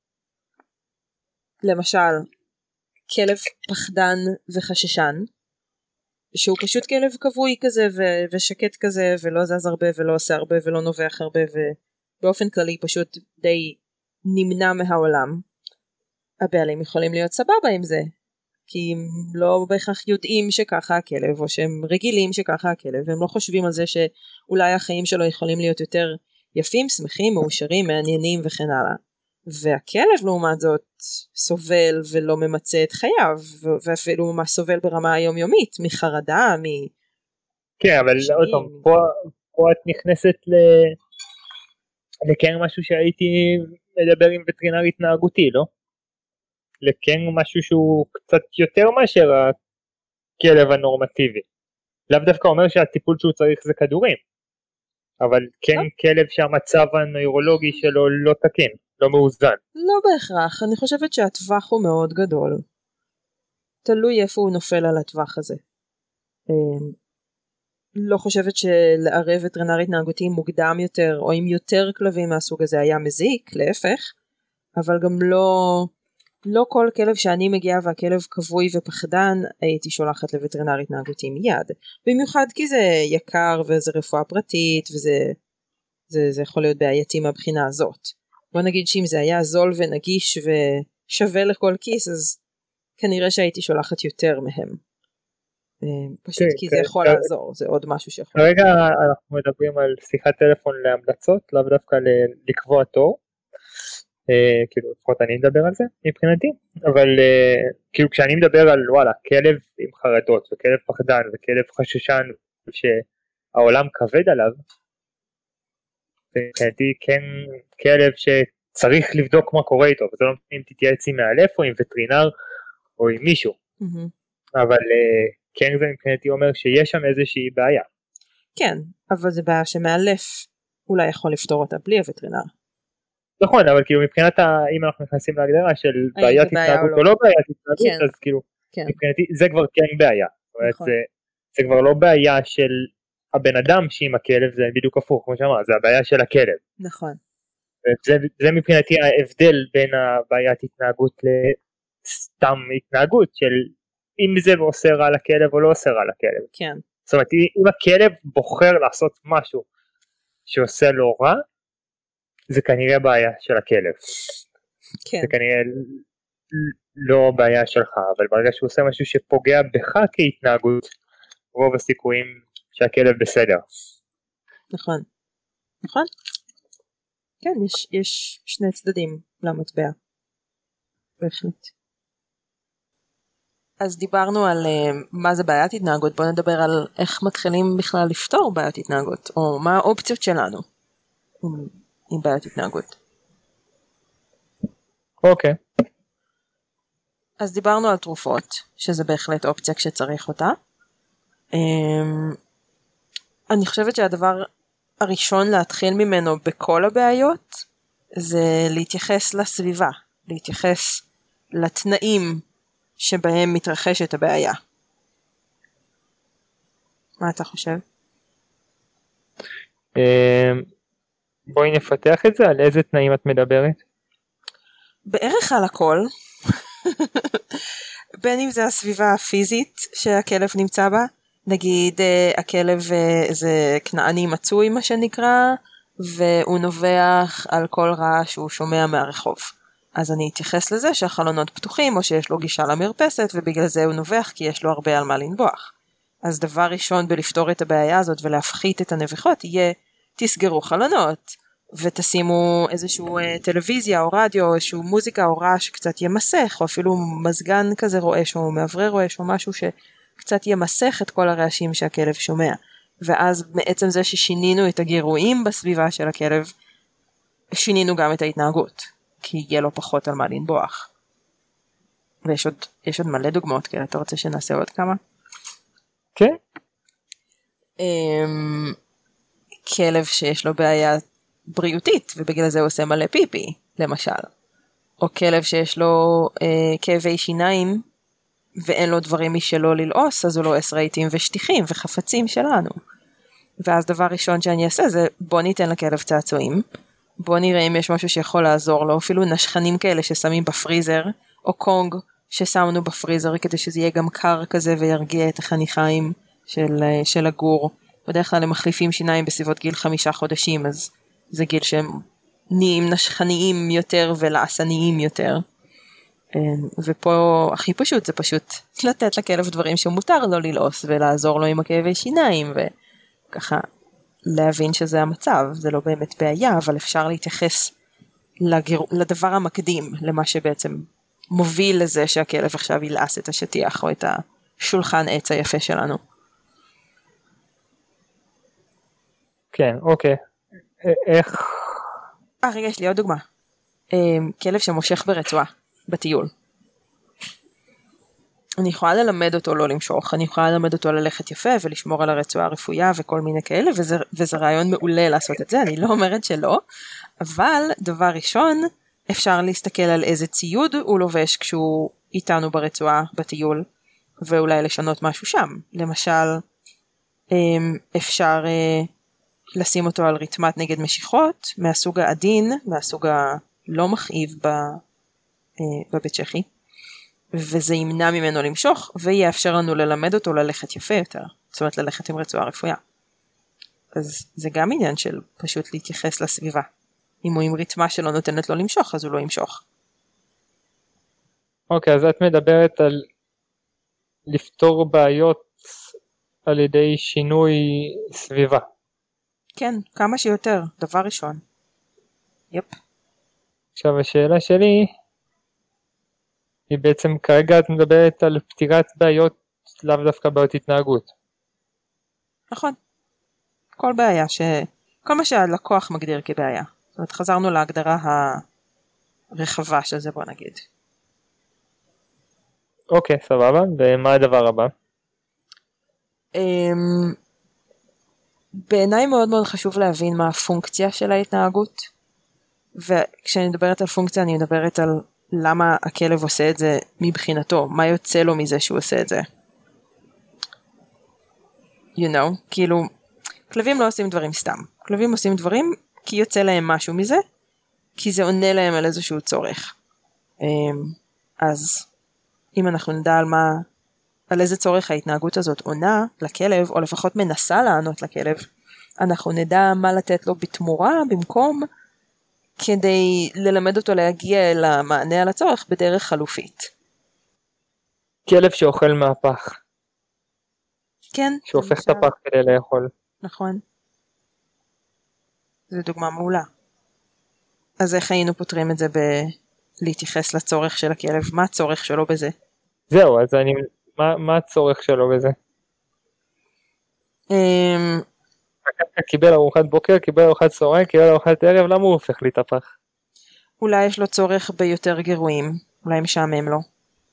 למשל, כלב פחדן וחששן, שהוא פשוט כלב קבוי כזה ו- ושקט כזה ולא זז הרבה ולא עושה הרבה ולא נובח הרבה ובאופן כללי פשוט די נמנע מהעולם. הבעלים יכולים להיות סבבה עם זה, כי הם לא בהכרח יודעים שככה הכלב או שהם רגילים שככה הכלב והם לא חושבים על זה שאולי החיים שלו יכולים להיות יותר יפים, שמחים, מאושרים, מעניינים וכן הלאה. והכלב לעומת זאת סובל ולא ממצה את חייו ואפילו ממש סובל ברמה היומיומית מחרדה, מ... כן, אבל עוד פעם, פה, פה את נכנסת ל... לכן משהו שהייתי מדבר עם וטרינר התנהגותי, לא? לכן משהו שהוא קצת יותר מאשר הכלב הנורמטיבי. לאו דווקא אומר שהטיפול שהוא צריך זה כדורים, אבל כן כלב שהמצב הנוירולוגי שלו לא תקין. לא מאוזן. לא בהכרח, אני חושבת שהטווח הוא מאוד גדול. תלוי איפה הוא נופל על הטווח הזה. לא חושבת שלערב וטרינר התנהגותי מוקדם יותר, או עם יותר כלבים מהסוג הזה היה מזיק, להפך, אבל גם לא, לא כל כלב שאני מגיעה והכלב קבוי ופחדן, הייתי שולחת לווטרינר התנהגותי מיד. במיוחד כי זה יקר וזה רפואה פרטית, וזה זה, זה יכול להיות בעייתי מהבחינה הזאת. בוא נגיד שאם זה היה זול ונגיש ושווה לכל כיס, אז כנראה שהייתי שולחת יותר מהם. פשוט כי זה יכול לעזור, זה עוד משהו שיכול. כרגע אנחנו מדברים על שיחת טלפון להמלצות, לאו דווקא לקבוע תור. כאילו לפחות אני מדבר על זה מבחינתי, אבל כאילו כשאני מדבר על וואלה, כלב עם חרדות וכלב פחדן וכלב חששן שהעולם כבד עליו, מבחינתי כן כלב שצריך לבדוק מה קורה איתו, וזה לא אם תתייעץ עם מאלף או עם וטרינר או עם מישהו, mm-hmm. אבל כן זה מבחינתי אומר שיש שם איזושהי בעיה. כן, אבל זה בעיה שמאלף אולי יכול לפתור אותה בלי הווטרינר. נכון, אבל כאילו מבחינת ה... אם אנחנו נכנסים להגדרה של בעיית התנהגות או לא בעיית התנהגות, כן. אז כאילו כן. מבחינתי זה כבר כן בעיה, זאת אומרת נכון. זה, זה כבר לא בעיה של הבן אדם שעם הכלב, זה בדיוק הפוך, כמו שאמר, זה הבעיה של הכלב. נכון. זה, זה מבחינתי ההבדל בין הבעיית התנהגות לסתם התנהגות, של אם זה עושה רע לכלב או לא עושה רע לכלב. כן. זאת אומרת, אם הכלב בוחר לעשות משהו שעושה לו רע, זה כנראה בעיה של הכלב. כן. זה כנראה לא בעיה שלך, אבל ברגע שהוא עושה משהו שפוגע בך כהתנהגות, רוב הסיכויים שהכלב בסדר. נכון. נכון? כן, יש, יש שני צדדים למטבע. בהחלט. אז דיברנו על uh, מה זה בעיית התנהגות, בואו נדבר על איך מתחילים בכלל לפתור בעיית התנהגות, או מה האופציות שלנו עם, עם בעיית התנהגות. אוקיי. Okay. אז דיברנו על תרופות, שזה בהחלט אופציה כשצריך אותה. Um, אני חושבת שהדבר הראשון להתחיל ממנו בכל הבעיות, זה להתייחס לסביבה, להתייחס לתנאים שבהם מתרחשת הבעיה. מה אתה חושב? בואי נפתח את זה, על איזה תנאים את מדברת? בערך על הכל. בין אם זה הסביבה הפיזית שהכלב נמצא בה, נגיד הכלב זה כנעני מצוי מה שנקרא, והוא נובח על כל רעש שהוא שומע מהרחוב. אז אני אתייחס לזה שהחלונות פתוחים, או שיש לו גישה למרפסת, ובגלל זה הוא נובח, כי יש לו הרבה על מה לנבוח. אז דבר ראשון בלפתור את הבעיה הזאת, ולהפחית את הנביחות, יהיה, תסגרו חלונות, ותשימו איזשהו טלוויזיה או רדיו, או איזשהו מוזיקה או רעש שקצת ימסך, או אפילו מזגן כזה רועש, או מעברר רועש, או משהו שקצת ימסך את כל הרעשים שהכלב שומע. ואז מעצם זה ששינינו את הגירויים בסביבה של הכלב, שינינו גם את ההתנהגות. כי יהיה לו פחות על מה לנבוח. ויש עוד, יש עוד מלא דוגמאות כאלה, אתה רוצה שנעשה עוד כמה? כן, אמ, כלב שיש לו בעיה בריאותית ובגלל זה הוא עושה מלא פיפי למשל, או כלב שיש לו אה, כאבי שיניים ואין לו דברים משלו ללעוס, אז הוא לועס רהיטים ושטיחים וחפצים שלנו. ואז דבר ראשון שאני אעשה זה בוא ניתן לכלב צעצועים, בוא נראה אם יש משהו שיכול לעזור לו, אפילו נשכנים כאלה ששמים בפריזר, או קונג ששמנו בפריזר כדי שזה יהיה גם קר כזה וירגיע את החניכיים של, של הגור. בדרך כלל הם מחליפים שיניים בסביבות גיל חמישה חודשים, אז זה גיל שהם נהיים נשכניים יותר ולעסניים יותר. ופה הכי פשוט זה פשוט לתת לכלב דברים שמותר לו ללעוס ולעזור לו עם הכאבי שיניים וככה להבין שזה המצב. זה לא באמת בעיה, אבל אפשר להתייחס לגר... לדבר המקדים, למה שבעצם מוביל לזה שהכלב עכשיו ילעס את השטיח או את השולחן עץ היפה שלנו. כן, אוקיי. איך? אה, רגע, יש לי עוד דוגמה. כלב שמושך ברצועה, בטיול. אני יכולה ללמד אותו לא למשוך, אני יכולה ללמד אותו ללכת יפה ולשמור על הרצועה הרפויה וכל מיני כאלה, וזה, וזה רעיון מעולה לעשות את זה, אני לא אומרת שלא, אבל דבר ראשון, אפשר להסתכל על איזה ציוד הוא לובש כשהוא איתנו ברצועה, בטיול, ואולי לשנות משהו שם. למשל, אפשר לשים אותו על ריתמת נגד משיכות, מהסוג העדין, מהסוג הלא מכאיב בבית צ'כי, וזה ימנע ממנו למשוך, ויאפשר לנו ללמד אותו ללכת יפה יותר, זאת אומרת ללכת עם רצועה רפויה. אז זה גם עניין של פשוט להתייחס לסביבה. אם הוא עם ריתמה שלא נותנת לו למשוך, אז הוא לא ימשוך. אוקיי, אז את מדברת על לפתור בעיות על ידי שינוי סביבה. כן, כמה שיותר, דבר ראשון. יפ. עכשיו השאלה שלי, היא בעצם כרגע את מדברת על פתירת בעיות, לאו דווקא בעיות התנהגות. נכון. כל בעיה, ש... כל מה שהלקוח מגדיר כבעיה. זאת אומרת, חזרנו להגדרה הרחבה של זה, בוא נגיד. אוקיי, סבבה. ומה הדבר הבא? בעיניי מאוד מאוד חשוב להבין מה הפונקציה של ההתנהגות. וכשאני מדברת על פונקציה, אני מדברת על למה הכלב עושה את זה מבחינתו, מה יוצא לו מזה שהוא עושה את זה. You know, כאילו, כלבים לא עושים דברים סתם. כלבים עושים דברים כי יוצא להם משהו מזה, כי זה עונה להם על איזשהו צורך. אז אם אנחנו נדע על מה, על איזה צורך ההתנהגות הזאת עונה לכלב, או לפחות מנסה לענות לכלב, אנחנו נדע מה לתת לו בתמורה, במקום, כדי ללמד אותו להגיע למענה על הצורך בדרך חלופית. כלב שאוכל מהפח. כן. שהופך את הפח כדי לאכול. נכון. זו דוגמה מעולה. אז איך היינו פותרים את זה בלהתייחס לצורך של הכלב? מה הצורך שלו בזה? זהו, אז אני, מה, מה הצורך שלו בזה? קיבל ארוחת בוקר, קיבל ארוחת צהריים, קיבל ארוחת ערב, למה הוא הופך לי את הפח? אולי יש לו צורך ביותר גירויים, אולי משעמם לו.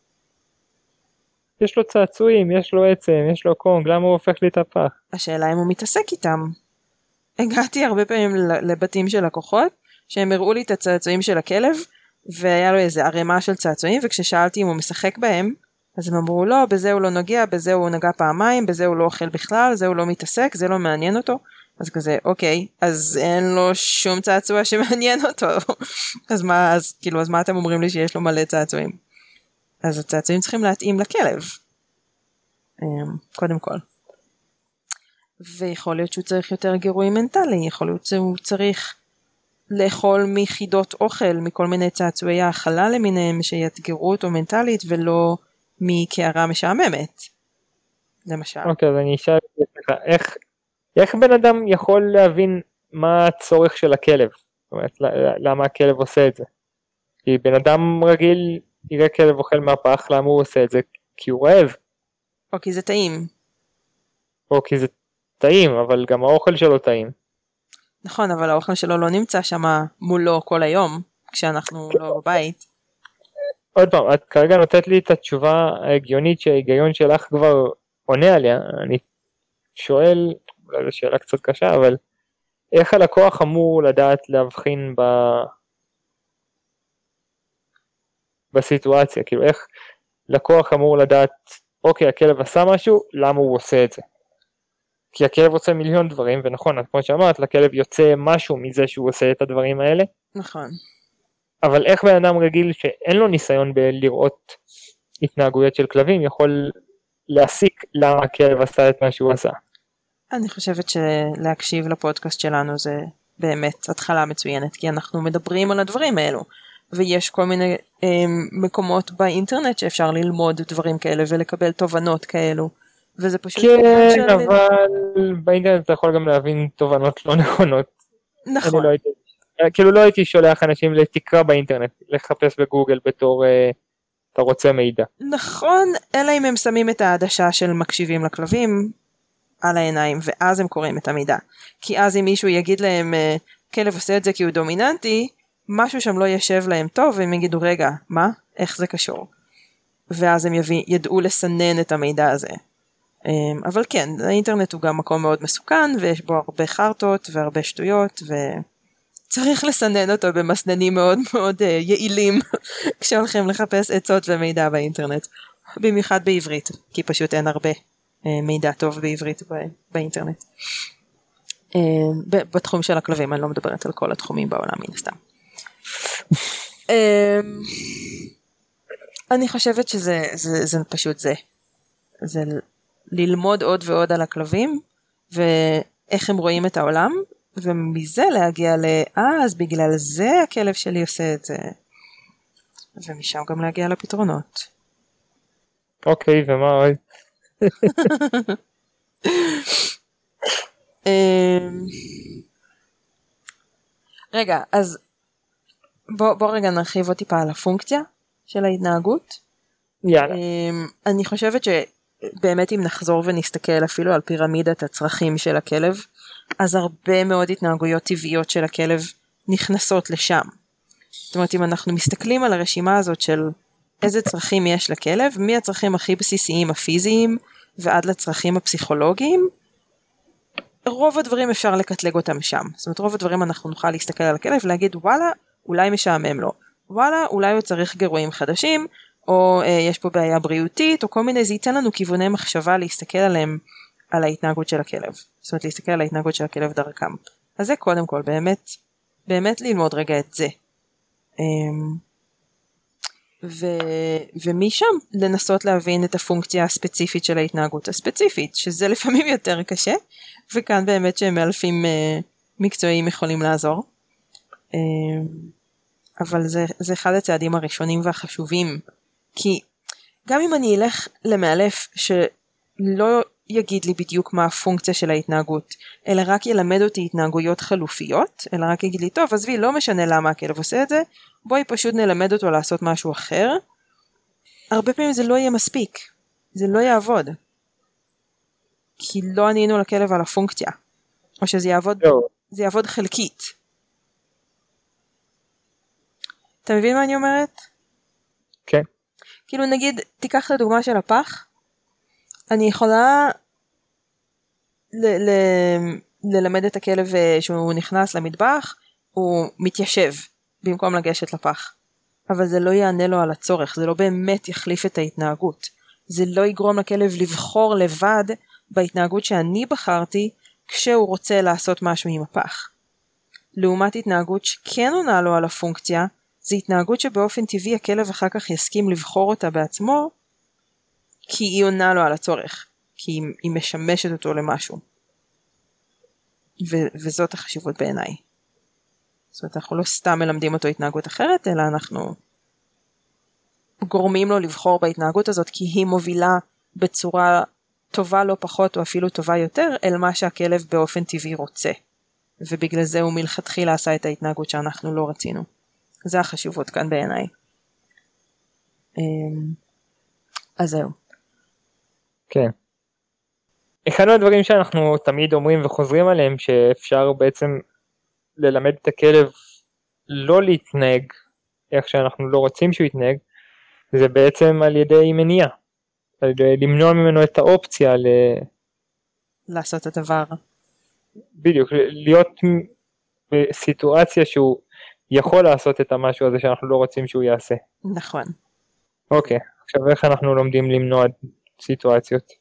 יש לו צעצועים, יש לו עצם, יש לו קונג, למה הוא הופך לי את הפח? השאלה אם הוא מתעסק איתם. הגעתי הרבה פעמים לבתים של לקוחות, שהם הראו לי את הצעצועים של הכלב, והיה לו איזה ערימה של צעצועים, וכששאלתי אם הוא משחק בהם, אז הם אמרו לא, בזה הוא לא נוגע, בזה הוא נגע פעמיים, בזה הוא לא אוכל בכלל, זה הוא לא מתעסק, זה לא מעניין אותו. אז כזה, אוקיי, אז אין לו שום צעצוע שמעניין אותו. אז מה, אז כאילו, אז מה אתם אומרים לי שיש לו מלא צעצועים? אז הצעצועים צריכים להתאים לכלב. קודם כל. ויכול להיות שהוא צריך יותר גירוי מנטלי, יכול להיות שהוא צריך לאכול מחידות אוכל, מכל מיני צעצועי האכלה למיניהם, שיתגרו אותו מנטלית, ולא מקערה משעממת. למשל. אוקיי, אז אני אשאל לך, איך, איך בן אדם יכול להבין מה הצורך של הכלב? זאת אומרת, למה הכלב עושה את זה? כי בן אדם רגיל יראה כלב אוכל מהפח, למה הוא עושה את זה? כי הוא רעב. או כי זה טעים. או כי זה טעים, אבל גם האוכל שלו טעים. נכון, אבל האוכל שלו לא נמצא שם מולו כל היום, כשאנחנו לא בבית. עוד פעם, את כרגע נותנת לי את התשובה ההגיונית שההיגיון שלך כבר עונה עליה. אני שואל, אולי זו שאלה קצת קשה, אבל איך הלקוח אמור לדעת להבחין ב... בסיטואציה, כאילו איך לקוח אמור לדעת, אוקיי, הכלב עשה משהו, למה הוא עושה את זה? כי הכלב עושה מיליון דברים, ונכון, כמו שאמרת, לכלב יוצא משהו מזה שהוא עושה את הדברים האלה. נכון. אבל איך בן אדם רגיל שאין לו ניסיון בלראות התנהגויות של כלבים, יכול להסיק למה הכלב עשה את מה שהוא עשה? אני חושבת שלהקשיב לפודקאסט שלנו זה באמת התחלה מצוינת, כי אנחנו מדברים על הדברים האלו, ויש כל מיני אה, מקומות באינטרנט שאפשר ללמוד דברים כאלה ולקבל תובנות כאלו, וזה פשוט... כן, של... אבל באינטרנט אתה יכול גם להבין תובנות לא נכונות. נכון. לא הייתי, כאילו לא הייתי שולח אנשים לתקרה באינטרנט, לחפש בגוגל בתור אה, אתה רוצה מידע. נכון, אלא אם הם שמים את העדשה של מקשיבים לכלבים על העיניים, ואז הם קוראים את המידע. כי אז אם מישהו יגיד להם, כלב עושה את זה כי הוא דומיננטי, משהו שם לא ישב להם טוב, והם יגידו, רגע, מה? איך זה קשור? ואז הם יביא, ידעו לסנן את המידע הזה. אבל כן, האינטרנט הוא גם מקום מאוד מסוכן, ויש בו הרבה חרטות והרבה שטויות, וצריך לסנן אותו במסננים מאוד מאוד יעילים, כשהולכים לחפש עצות ומידע באינטרנט. במיוחד בעברית, כי פשוט אין הרבה מידע טוב בעברית באינטרנט. בתחום של הכלבים, אני לא מדברת על כל התחומים בעולם, מן הסתם. אני חושבת שזה זה, זה פשוט זה. זה ללמוד עוד ועוד על הכלבים, ואיך הם רואים את העולם, ומזה להגיע ל, אה, אז בגלל זה הכלב שלי עושה את זה. ומשם גם להגיע לפתרונות. אוקיי, ומה עוד? רגע, אז בוא, בוא רגע נרחיב עוד טיפה על הפונקציה של ההתנהגות. יאללה. אני חושבת שבאמת אם נחזור ונסתכל אפילו על פירמידת הצרכים של הכלב, אז הרבה מאוד התנהגויות טבעיות של הכלב נכנסות לשם. זאת אומרת, אם אנחנו מסתכלים על הרשימה הזאת של איזה צרכים יש לכלב, מי הצרכים הכי בסיסיים הפיזיים, ועד לצרכים הפסיכולוגיים, רוב הדברים אפשר לקטלג אותם שם. זאת אומרת, רוב הדברים אנחנו נוכל להסתכל על הכלב ולהגיד, וואלה, אולי משעמם לו. וואלה, אולי הוא צריך גירויים חדשים, או אה, יש פה בעיה בריאותית, או כל מיני, זה ייתן לנו כיווני מחשבה להסתכל עליהם, על ההתנהגות של הכלב. זאת אומרת, להסתכל על ההתנהגות של הכלב דרכם. אז זה קודם כל, באמת, באמת ללמוד רגע את זה. ו... ומשם לנסות להבין את הפונקציה הספציפית של ההתנהגות הספציפית, שזה לפעמים יותר קשה, וכאן באמת שמאלפים מקצועיים יכולים לעזור. אבל זה, זה אחד הצעדים הראשונים והחשובים, כי גם אם אני אלך למאלף שלא יגיד לי בדיוק מה הפונקציה של ההתנהגות, אלא רק ילמד אותי התנהגויות חלופיות, אלא רק יגיד לי, טוב, עזבי, לא משנה למה הכלב עושה את זה, בואי פשוט נלמד אותו לעשות משהו אחר. הרבה פעמים זה לא יהיה מספיק, זה לא יעבוד, כי לא ענינו לכלב על הפונקציה, או שזה יעבוד, זה יעבוד חלקית. אתה מבין מה אני אומרת? כן. כאילו נגיד, תיקח את הדוגמה של הפח, אני יכולה ל- ל- ללמד את הכלב שהוא נכנס למטבח, הוא מתיישב במקום לגשת לפח. אבל זה לא יענה לו על הצורך, זה לא באמת יחליף את ההתנהגות. זה לא יגרום לכלב לבחור לבד בהתנהגות שאני בחרתי, כשהוא רוצה לעשות משהו עם הפח. לעומת התנהגות שכן עונה לו על הפונקציה, זה התנהגות שבאופן טבעי הכלב אחר כך יסכים לבחור אותה בעצמו, כי היא עונה לו על הצורך, כי היא, היא משמשת אותו למשהו. ו- וזאת החשיבות בעיניי. זאת אומרת, אנחנו לא סתם מלמדים אותו התנהגות אחרת, אלא אנחנו גורמים לו לבחור בהתנהגות הזאת, כי היא מובילה בצורה טובה לא פחות, או אפילו טובה יותר, אל מה שהכלב באופן טבעי רוצה. ובגלל זה הוא מלכתחילה עשה את ההתנהגות שאנחנו לא רצינו. זה החשיבות כאן בעיניי. אז זהו. כן. אחד מהדברים שאנחנו תמיד אומרים וחוזרים עליהם, שאפשר בעצם ללמד את הכלב לא להתנהג איך שאנחנו לא רוצים שהוא יתנהג, זה בעצם על ידי מניעה, על ידי למנוע ממנו את האופציה ל... לעשות את הדבר. בדיוק, להיות בסיטואציה שהוא יכול לעשות את המשהו הזה שאנחנו לא רוצים שהוא יעשה. נכון. אוקיי, עכשיו איך אנחנו לומדים למנוע סיטואציות?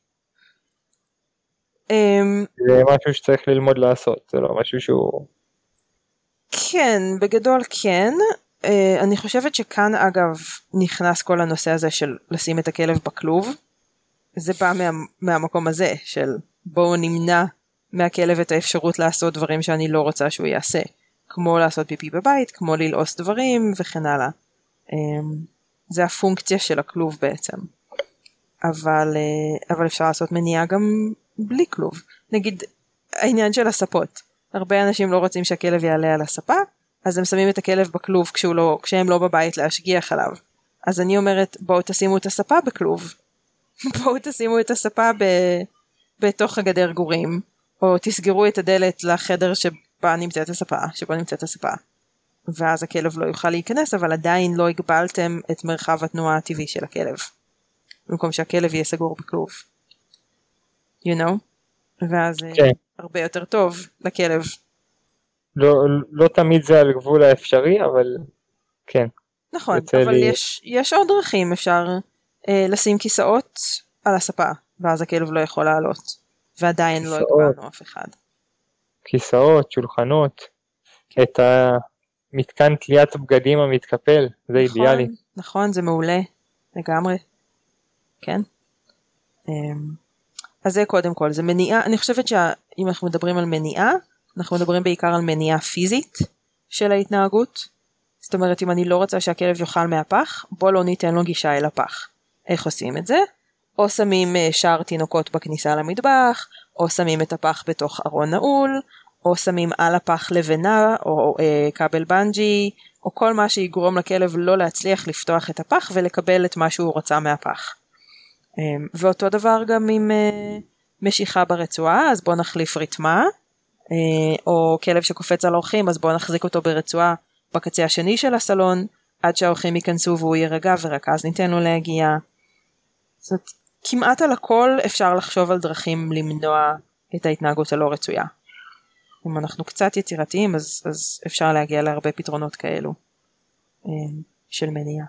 זה משהו שצריך ללמוד לעשות, זה לא משהו שהוא... כן, בגדול כן. אני חושבת שכאן אגב נכנס כל הנושא הזה של לשים את הכלב בכלוב. זה בא מה, מהמקום הזה של בואו נמנע מהכלב את האפשרות לעשות דברים שאני לא רוצה שהוא יעשה. כמו לעשות פיפי בבית, כמו ללעוס דברים וכן הלאה. זה הפונקציה של הכלוב בעצם. אבל, אבל אפשר לעשות מניעה גם בלי כלוב. נגיד העניין של הספות. הרבה אנשים לא רוצים שהכלב יעלה על הספה, אז הם שמים את הכלב בכלוב כשהוא לא, כשהם לא בבית להשגיח עליו. אז אני אומרת בואו תשימו את הספה בכלוב. בואו תשימו את הספה ב, בתוך הגדר גורים, או תסגרו את הדלת לחדר שבה נמצאת הספה, שבו נמצאת הספה. ואז הכלב לא יוכל להיכנס, אבל עדיין לא הגבלתם את מרחב התנועה הטבעי של הכלב. במקום שהכלב יהיה סגור בכלוב. You know? ואז כן. הרבה יותר טוב לכלב. לא, לא תמיד זה על גבול האפשרי, אבל כן. נכון, אבל לי... יש, יש עוד דרכים, אפשר אה, לשים כיסאות על הספה, ואז הכלב לא יכול לעלות, ועדיין כיסאות. לא הגבלנו אף אחד. כיסאות, שולחנות, כן. את המתקן תליית בגדים המתקפל, זה נכון, אידיאלי. נכון, זה מעולה, לגמרי. כן. אז זה קודם כל, זה מניעה, אני חושבת שאם אנחנו מדברים על מניעה, אנחנו מדברים בעיקר על מניעה פיזית של ההתנהגות. זאת אומרת, אם אני לא רוצה שהכלב יאכל מהפח, בוא לא ניתן לו גישה אל הפח. איך עושים את זה? או שמים שער תינוקות בכניסה למטבח, או שמים את הפח בתוך ארון נעול, או שמים על הפח לבנה, או אה, כבל בנג'י, או כל מה שיגרום לכלב לא להצליח לפתוח את הפח ולקבל את מה שהוא רוצה מהפח. ואותו דבר גם עם משיכה ברצועה, אז בוא נחליף ריתמה, או כלב שקופץ על אורחים, אז בוא נחזיק אותו ברצועה בקצה השני של הסלון, עד שהאורחים ייכנסו והוא יירגע, ורק אז ניתן לו להגיע. זאת אומרת, כמעט על הכל אפשר לחשוב על דרכים למנוע את ההתנהגות הלא רצויה. אם אנחנו קצת יצירתיים, אז, אז אפשר להגיע להרבה פתרונות כאלו של מניעה.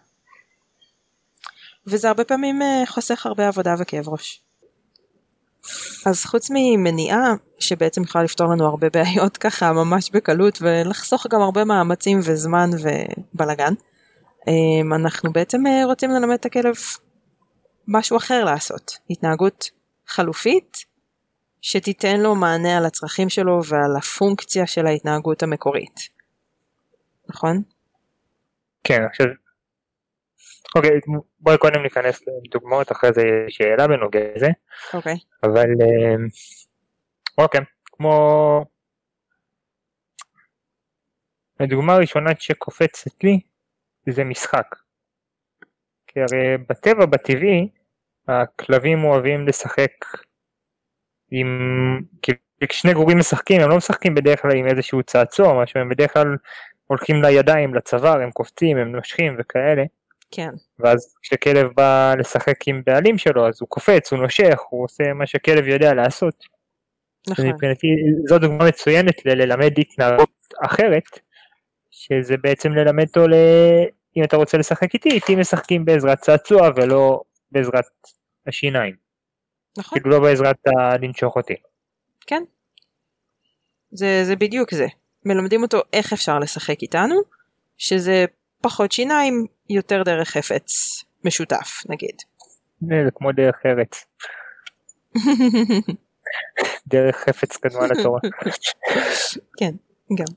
וזה הרבה פעמים חוסך הרבה עבודה וכאב ראש. אז חוץ ממניעה, שבעצם יכולה לפתור לנו הרבה בעיות ככה ממש בקלות, ולחסוך גם הרבה מאמצים וזמן ובלגן, אנחנו בעצם רוצים ללמד את הכלב משהו אחר לעשות. התנהגות חלופית, שתיתן לו מענה על הצרכים שלו ועל הפונקציה של ההתנהגות המקורית. נכון? כן, עכשיו... אוקיי, בואי קודם ניכנס לדוגמאות, אחרי זה שאלה בנוגע לזה. אוקיי. אבל, אוקיי, כמו... הדוגמה הראשונה שקופצת לי, זה משחק. כי הרי בטבע, בטבעי, הכלבים אוהבים לשחק עם... כי כשני גורים משחקים, הם לא משחקים בדרך כלל עם איזשהו צעצוע או משהו, הם בדרך כלל הולכים לידיים, לצוואר, הם קופצים, הם נושכים וכאלה. כן. ואז כשכלב בא לשחק עם בעלים שלו, אז הוא קופץ, הוא נושך, הוא עושה מה שכלב יודע לעשות. נכון. מבחינתי, זו דוגמה מצוינת ללמד התנהגות אחרת, שזה בעצם ללמד אותו, ל... אם אתה רוצה לשחק איתי, איתי משחקים בעזרת צעצוע ולא בעזרת השיניים. נכון. כאילו לא בעזרת לנשוך אותי. כן. זה, זה בדיוק זה. מלמדים אותו איך אפשר לשחק איתנו, שזה פחות שיניים, יותר דרך חפץ משותף, נגיד. זה כמו דרך ארץ. דרך חפץ קדמה לתורה. כן, גם.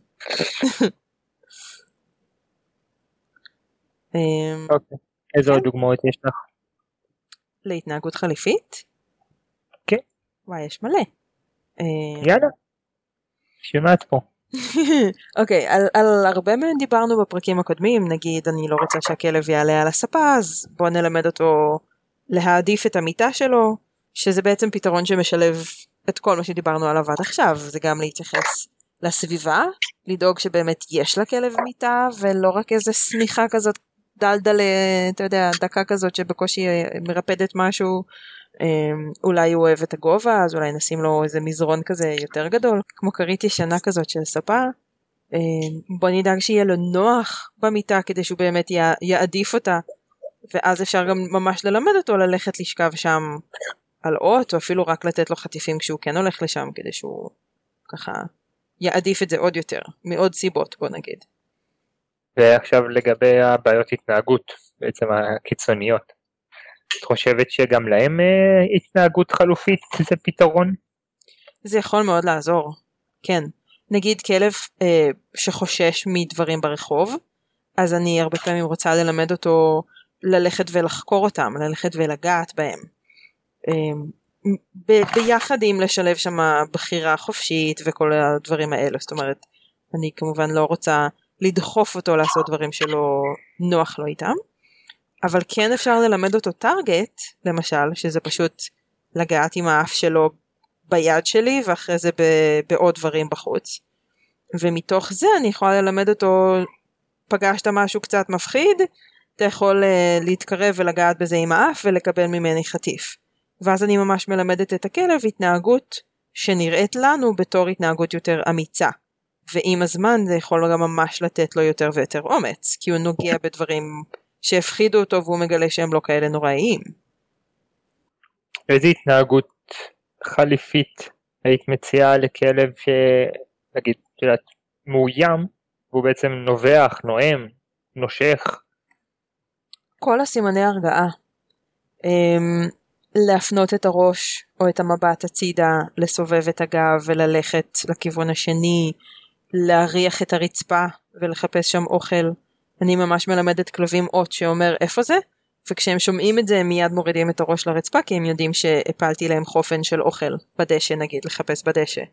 אוקיי, איזה עוד דוגמאות יש לך? להתנהגות חליפית? כן. וואי, יש מלא. יאללה, שמעת פה. אוקיי, על, על הרבה מהם דיברנו בפרקים הקודמים, נגיד אני לא רוצה שהכלב יעלה על הספה, אז בוא נלמד אותו להעדיף את המיטה שלו, שזה בעצם פתרון שמשלב את כל מה שדיברנו עליו עד עכשיו, זה גם להתייחס לסביבה, לדאוג שבאמת יש לכלב מיטה, ולא רק איזה סמיכה כזאת דלדל, אתה יודע, דקה כזאת שבקושי מרפדת משהו, אולי הוא אוהב את הגובה, אז אולי נשים לו איזה מזרון כזה יותר גדול, כמו כרית ישנה כזאת של ספה. בוא נדאג שיהיה לו נוח במיטה, כדי שהוא באמת יעדיף אותה, ואז אפשר גם ממש ללמד אותו ללכת לשכב שם על אות, או אפילו רק לתת לו חטיפים כשהוא כן הולך לשם, כדי שהוא ככה יעדיף את זה עוד יותר, מעוד סיבות בוא נגיד. ועכשיו לגבי הבעיות התנהגות, בעצם הקיצוניות, את חושבת שגם להם אה, התנהגות חלופית זה פתרון? זה יכול מאוד לעזור, כן. נגיד כלב אה, שחושש מדברים ברחוב, אז אני הרבה פעמים רוצה ללמד אותו ללכת ולחקור אותם, ללכת ולגעת בהם. אה, ב- ביחד עם לשלב שם בחירה חופשית וכל הדברים האלה, זאת אומרת, אני כמובן לא רוצה לדחוף אותו לעשות דברים שלא נוח לו איתם, אבל כן אפשר ללמד אותו טרגט, למשל, שזה פשוט לגעת עם האף שלו ביד שלי, ואחרי זה בעוד דברים בחוץ. ומתוך זה אני יכולה ללמד אותו, פגשת משהו קצת מפחיד, אתה יכול להתקרב ולגעת בזה עם האף, ולקבל ממני חטיף. ואז אני ממש מלמדת את הכלב התנהגות שנראית לנו בתור התנהגות יותר אמיצה. ועם הזמן זה יכול גם ממש לתת לו יותר ויותר אומץ, כי הוא נוגע בדברים שהפחידו אותו והוא מגלה שהם לא כאלה נוראיים. איזה התנהגות חליפית היית מציעה לכלב שנגיד, שדעת, מאוים, והוא בעצם נובח, נועם, נושך? כל הסימני הרגעה. להפנות את הראש או את המבט הצידה, לסובב את הגב וללכת לכיוון השני, להריח את הרצפה ולחפש שם אוכל. אני ממש מלמדת כלבים אות שאומר איפה זה, וכשהם שומעים את זה הם מיד מורידים את הראש לרצפה, כי הם יודעים שהפלתי להם חופן של אוכל בדשא, נגיד, לחפש בדשא.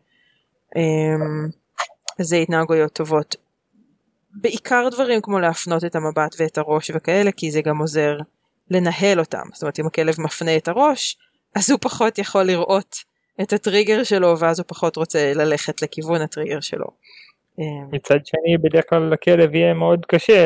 זה התנהגויות טובות. בעיקר דברים כמו להפנות את המבט ואת הראש וכאלה, כי זה גם עוזר לנהל אותם. זאת אומרת, אם הכלב מפנה את הראש, אז הוא פחות יכול לראות את הטריגר שלו, ואז הוא פחות רוצה ללכת לכיוון הטריגר שלו. מצד שני, בדרך כלל לכלב יהיה מאוד קשה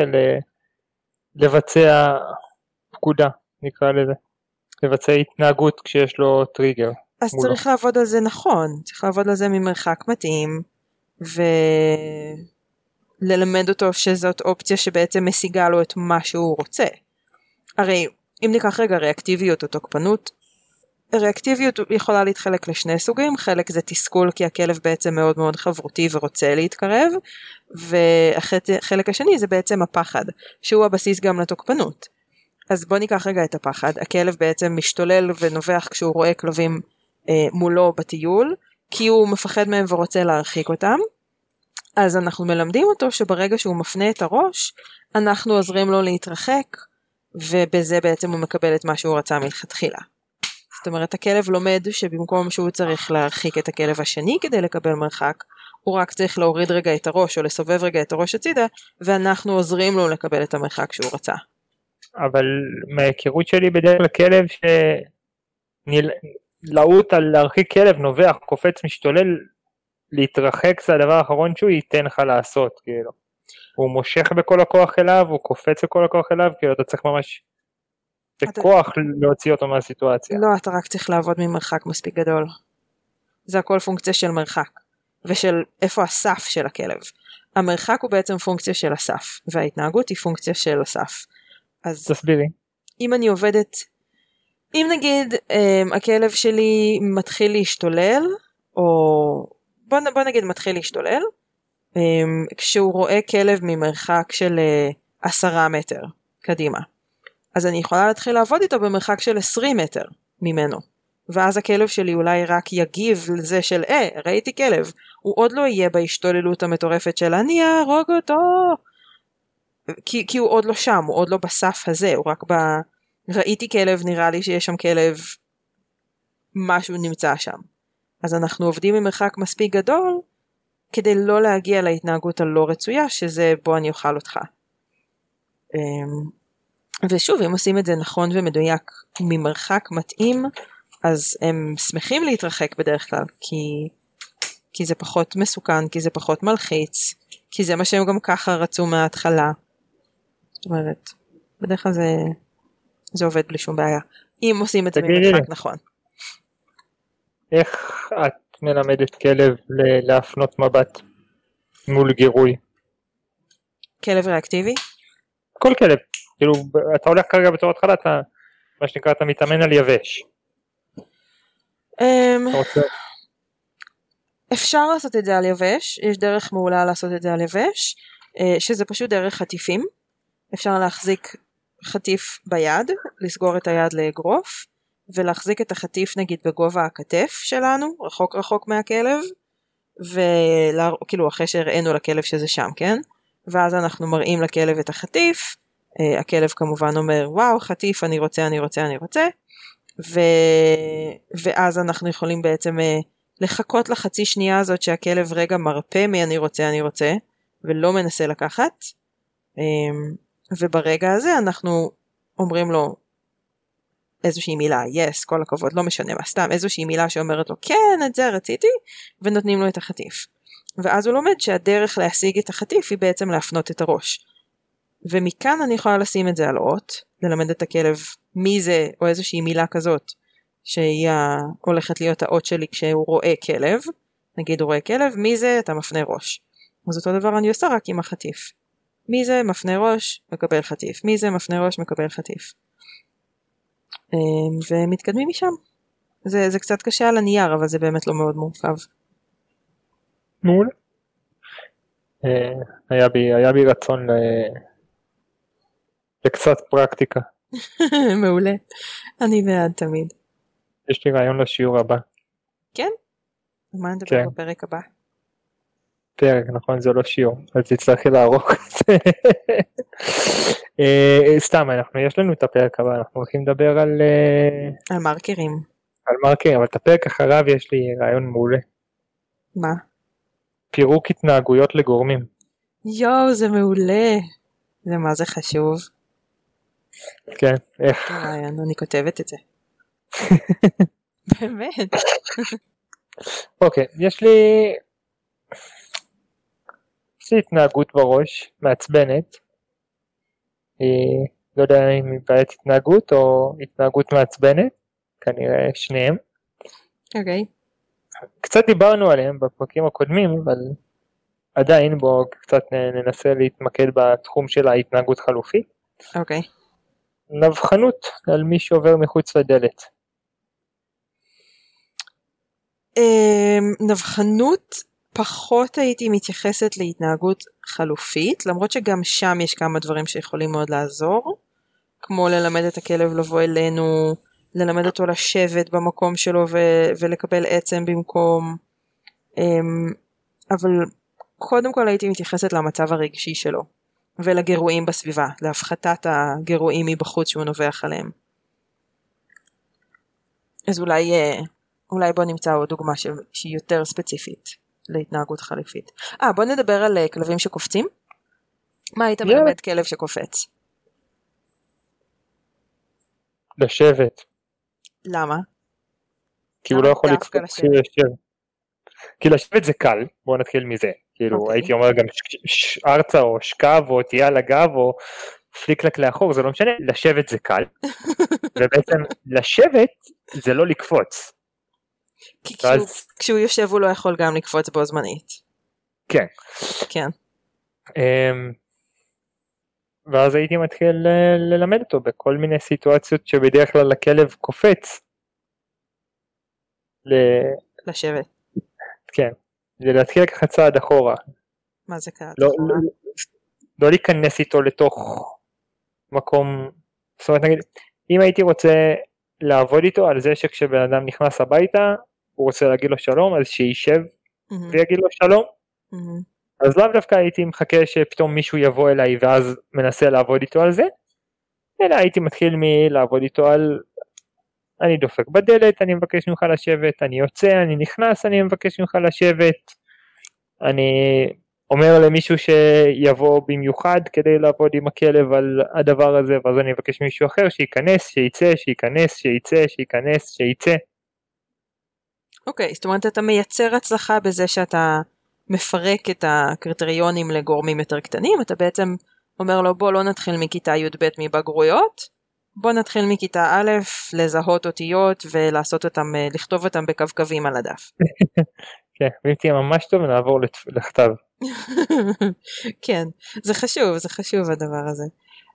לבצע פקודה, נקרא לזה. לבצע התנהגות כשיש לו טריגר. אז מולו. צריך לעבוד על זה נכון, צריך לעבוד על זה ממרחק מתאים, וללמד אותו שזאת אופציה שבעצם משיגה לו את מה שהוא רוצה. הרי אם ניקח רגע ריאקטיביות או תוקפנות, ריאקטיביות יכולה להתחלק לשני סוגים, חלק זה תסכול כי הכלב בעצם מאוד מאוד חברותי ורוצה להתקרב, והחלק השני זה בעצם הפחד, שהוא הבסיס גם לתוקפנות. אז בוא ניקח רגע את הפחד, הכלב בעצם משתולל ונובח כשהוא רואה כלבים אה, מולו בטיול, כי הוא מפחד מהם ורוצה להרחיק אותם, אז אנחנו מלמדים אותו שברגע שהוא מפנה את הראש, אנחנו עוזרים לו להתרחק, ובזה בעצם הוא מקבל את מה שהוא רצה מלכתחילה. זאת אומרת, הכלב לומד שבמקום שהוא צריך להרחיק את הכלב השני כדי לקבל מרחק, הוא רק צריך להוריד רגע את הראש או לסובב רגע את הראש הצידה, ואנחנו עוזרים לו לקבל את המרחק שהוא רצה. אבל מההיכרות שלי בדרך כלל כלב שנלאות על להרחיק כלב נובח, קופץ, משתולל, להתרחק זה הדבר האחרון שהוא ייתן לך לעשות, כאילו. הוא מושך בכל הכוח אליו, הוא קופץ בכל הכוח אליו, כאילו אתה צריך ממש בכוח אתה... להוציא אותו מהסיטואציה. לא, אתה רק צריך לעבוד ממרחק מספיק גדול. זה הכל פונקציה של מרחק, ושל איפה הסף של הכלב. המרחק הוא בעצם פונקציה של הסף, וההתנהגות היא פונקציה של הסף. אז תסבירי. אם אני עובדת, אם נגיד הכלב שלי מתחיל להשתולל, או בוא, בוא נגיד מתחיל להשתולל, כשהוא רואה כלב ממרחק של עשרה מטר קדימה, אז אני יכולה להתחיל לעבוד איתו במרחק של עשרים מטר ממנו, ואז הכלב שלי אולי רק יגיב לזה של אה, ראיתי כלב, הוא עוד לא יהיה בהשתוללות המטורפת של אני ארוג אותו, כי, כי הוא עוד לא שם, הוא עוד לא בסף הזה, הוא רק ב... ראיתי כלב, נראה לי שיש שם כלב, משהו נמצא שם. אז אנחנו עובדים ממרחק מספיק גדול, כדי לא להגיע להתנהגות הלא רצויה, שזה בוא אני אוכל אותך. ושוב, אם עושים את זה נכון ומדויק ממרחק מתאים, אז הם שמחים להתרחק בדרך כלל, כי, כי זה פחות מסוכן, כי זה פחות מלחיץ, כי זה מה שהם גם ככה רצו מההתחלה. זאת אומרת, בדרך כלל זה, זה עובד בלי שום בעיה. אם עושים את זה תגידי ממרחק לי. נכון. איך את מלמדת כלב ל- להפנות מבט מול גירוי? כלב ריאקטיבי? כל כלב, כאילו אתה הולך כרגע בתור התחלה, אתה מה שנקרא אתה מתאמן על יבש. אמ, אתה רוצה... אפשר לעשות את זה על יבש, יש דרך מעולה לעשות את זה על יבש, אה, שזה פשוט דרך חטיפים. אפשר להחזיק חטיף ביד, לסגור את היד לאגרוף, ולהחזיק את החטיף נגיד בגובה הכתף שלנו, רחוק רחוק מהכלב, וכאילו אחרי שהראינו לכלב שזה שם, כן? ואז אנחנו מראים לכלב את החטיף, uh, הכלב כמובן אומר וואו חטיף אני רוצה אני רוצה אני רוצה, ו... ואז אנחנו יכולים בעצם uh, לחכות לחצי שנייה הזאת שהכלב רגע מרפא מי אני רוצה אני רוצה, ולא מנסה לקחת, um, וברגע הזה אנחנו אומרים לו איזושהי מילה, yes, כל הכבוד, לא משנה מה, סתם איזושהי מילה שאומרת לו, כן, את זה רציתי, ונותנים לו את החטיף. ואז הוא לומד שהדרך להשיג את החטיף היא בעצם להפנות את הראש. ומכאן אני יכולה לשים את זה על אות, ללמד את הכלב מי זה, או איזושהי מילה כזאת, שהיא הולכת להיות האות שלי כשהוא רואה כלב, נגיד הוא רואה כלב, מי זה, אתה מפנה ראש. אז אותו דבר אני עושה רק עם החטיף. מי זה, מפנה ראש, מקבל חטיף. מי זה, מפנה ראש, מקבל חטיף. ומתקדמים משם. זה, זה קצת קשה על הנייר, אבל זה באמת לא מאוד מורכב. מעולה. היה בי, היה בי רצון ל... לקצת פרקטיקה. מעולה. אני בעד תמיד. יש לי רעיון לשיעור הבא. כן? מה נדבר כן. בפרק הבא? פרק, נכון, זה לא שיעור, אז תצטרכי לערוך את זה. סתם, אנחנו, יש לנו את הפרק הבא, אנחנו הולכים לדבר על... על מרקרים. על מרקרים, אבל את הפרק אחריו יש לי רעיון מעולה. מה? פירוק התנהגויות לגורמים. יואו, זה מעולה. זה מה זה חשוב. כן, איך? רעיון, אני כותבת את זה. באמת. אוקיי, יש לי... יש לי התנהגות בראש, מעצבנת. היא, לא יודע אם היא בעיית התנהגות או התנהגות מעצבנת, כנראה שניהם. אוקיי. קצת דיברנו עליהם בפרקים הקודמים, אבל עדיין בואו קצת ננסה להתמקד בתחום של ההתנהגות חלופית. אוקיי. נבחנות על מי שעובר מחוץ לדלת. נבחנות פחות הייתי מתייחסת להתנהגות חלופית, למרות שגם שם יש כמה דברים שיכולים מאוד לעזור, כמו ללמד את הכלב לבוא אלינו, ללמד אותו לשבת במקום שלו ו- ולקבל עצם במקום, אבל קודם כל הייתי מתייחסת למצב הרגשי שלו, ולגירויים בסביבה, להפחתת הגירויים מבחוץ שהוא נובח עליהם. אז אולי, אולי בוא נמצא עוד דוגמה ש- שהיא יותר ספציפית להתנהגות חליפית. אה, בוא נדבר על כלבים שקופצים. מה היית מלמד כלב שקופץ? לשבת. למה? כי הוא לא יכול לקפוץ כשהוא יושב. כי לשבת זה קל, בואו נתחיל מזה. כאילו הייתי אומר גם ארצה או שקב או תהיה על הגב או פליקלק לאחור, זה לא משנה, לשבת זה קל. ובעצם לשבת זה לא לקפוץ. כי כשהוא, כשהוא יושב הוא לא יכול גם לקפוץ בו זמנית. כן. כן. ואז הייתי מתחיל ללמד אותו בכל מיני סיטואציות שבדרך כלל הכלב קופץ. לשבת. כן. זה להתחיל לקחת צעד אחורה. מה זה קרה? לא, לא, לא להיכנס איתו לתוך מקום, זאת אומרת נגיד, אם הייתי רוצה לעבוד איתו על זה שכשבן אדם נכנס הביתה, הוא רוצה להגיד לו שלום, אז שישב mm-hmm. ויגיד לו שלום. Mm-hmm. אז לאו דווקא הייתי מחכה שפתאום מישהו יבוא אליי ואז מנסה לעבוד איתו על זה, אלא הייתי מתחיל מלעבוד איתו על, אני דופק בדלת, אני מבקש ממך לשבת, אני יוצא, אני נכנס, אני מבקש ממך לשבת, אני אומר למישהו שיבוא במיוחד כדי לעבוד עם הכלב על הדבר הזה, ואז אני מבקש מישהו אחר שייכנס, שייצא, שייכנס, שייצא, שייכנס, שייצא. אוקיי, זאת אומרת אתה מייצר הצלחה בזה שאתה מפרק את הקריטריונים לגורמים יותר קטנים, אתה בעצם אומר לו בוא לא נתחיל מכיתה י' ב' מבגרויות, בוא נתחיל מכיתה א', לזהות אותיות ולעשות אותם, לכתוב אותם בקווקווים על הדף. כן, ואם תהיה ממש טוב נעבור לכתב. כן, זה חשוב, זה חשוב הדבר הזה.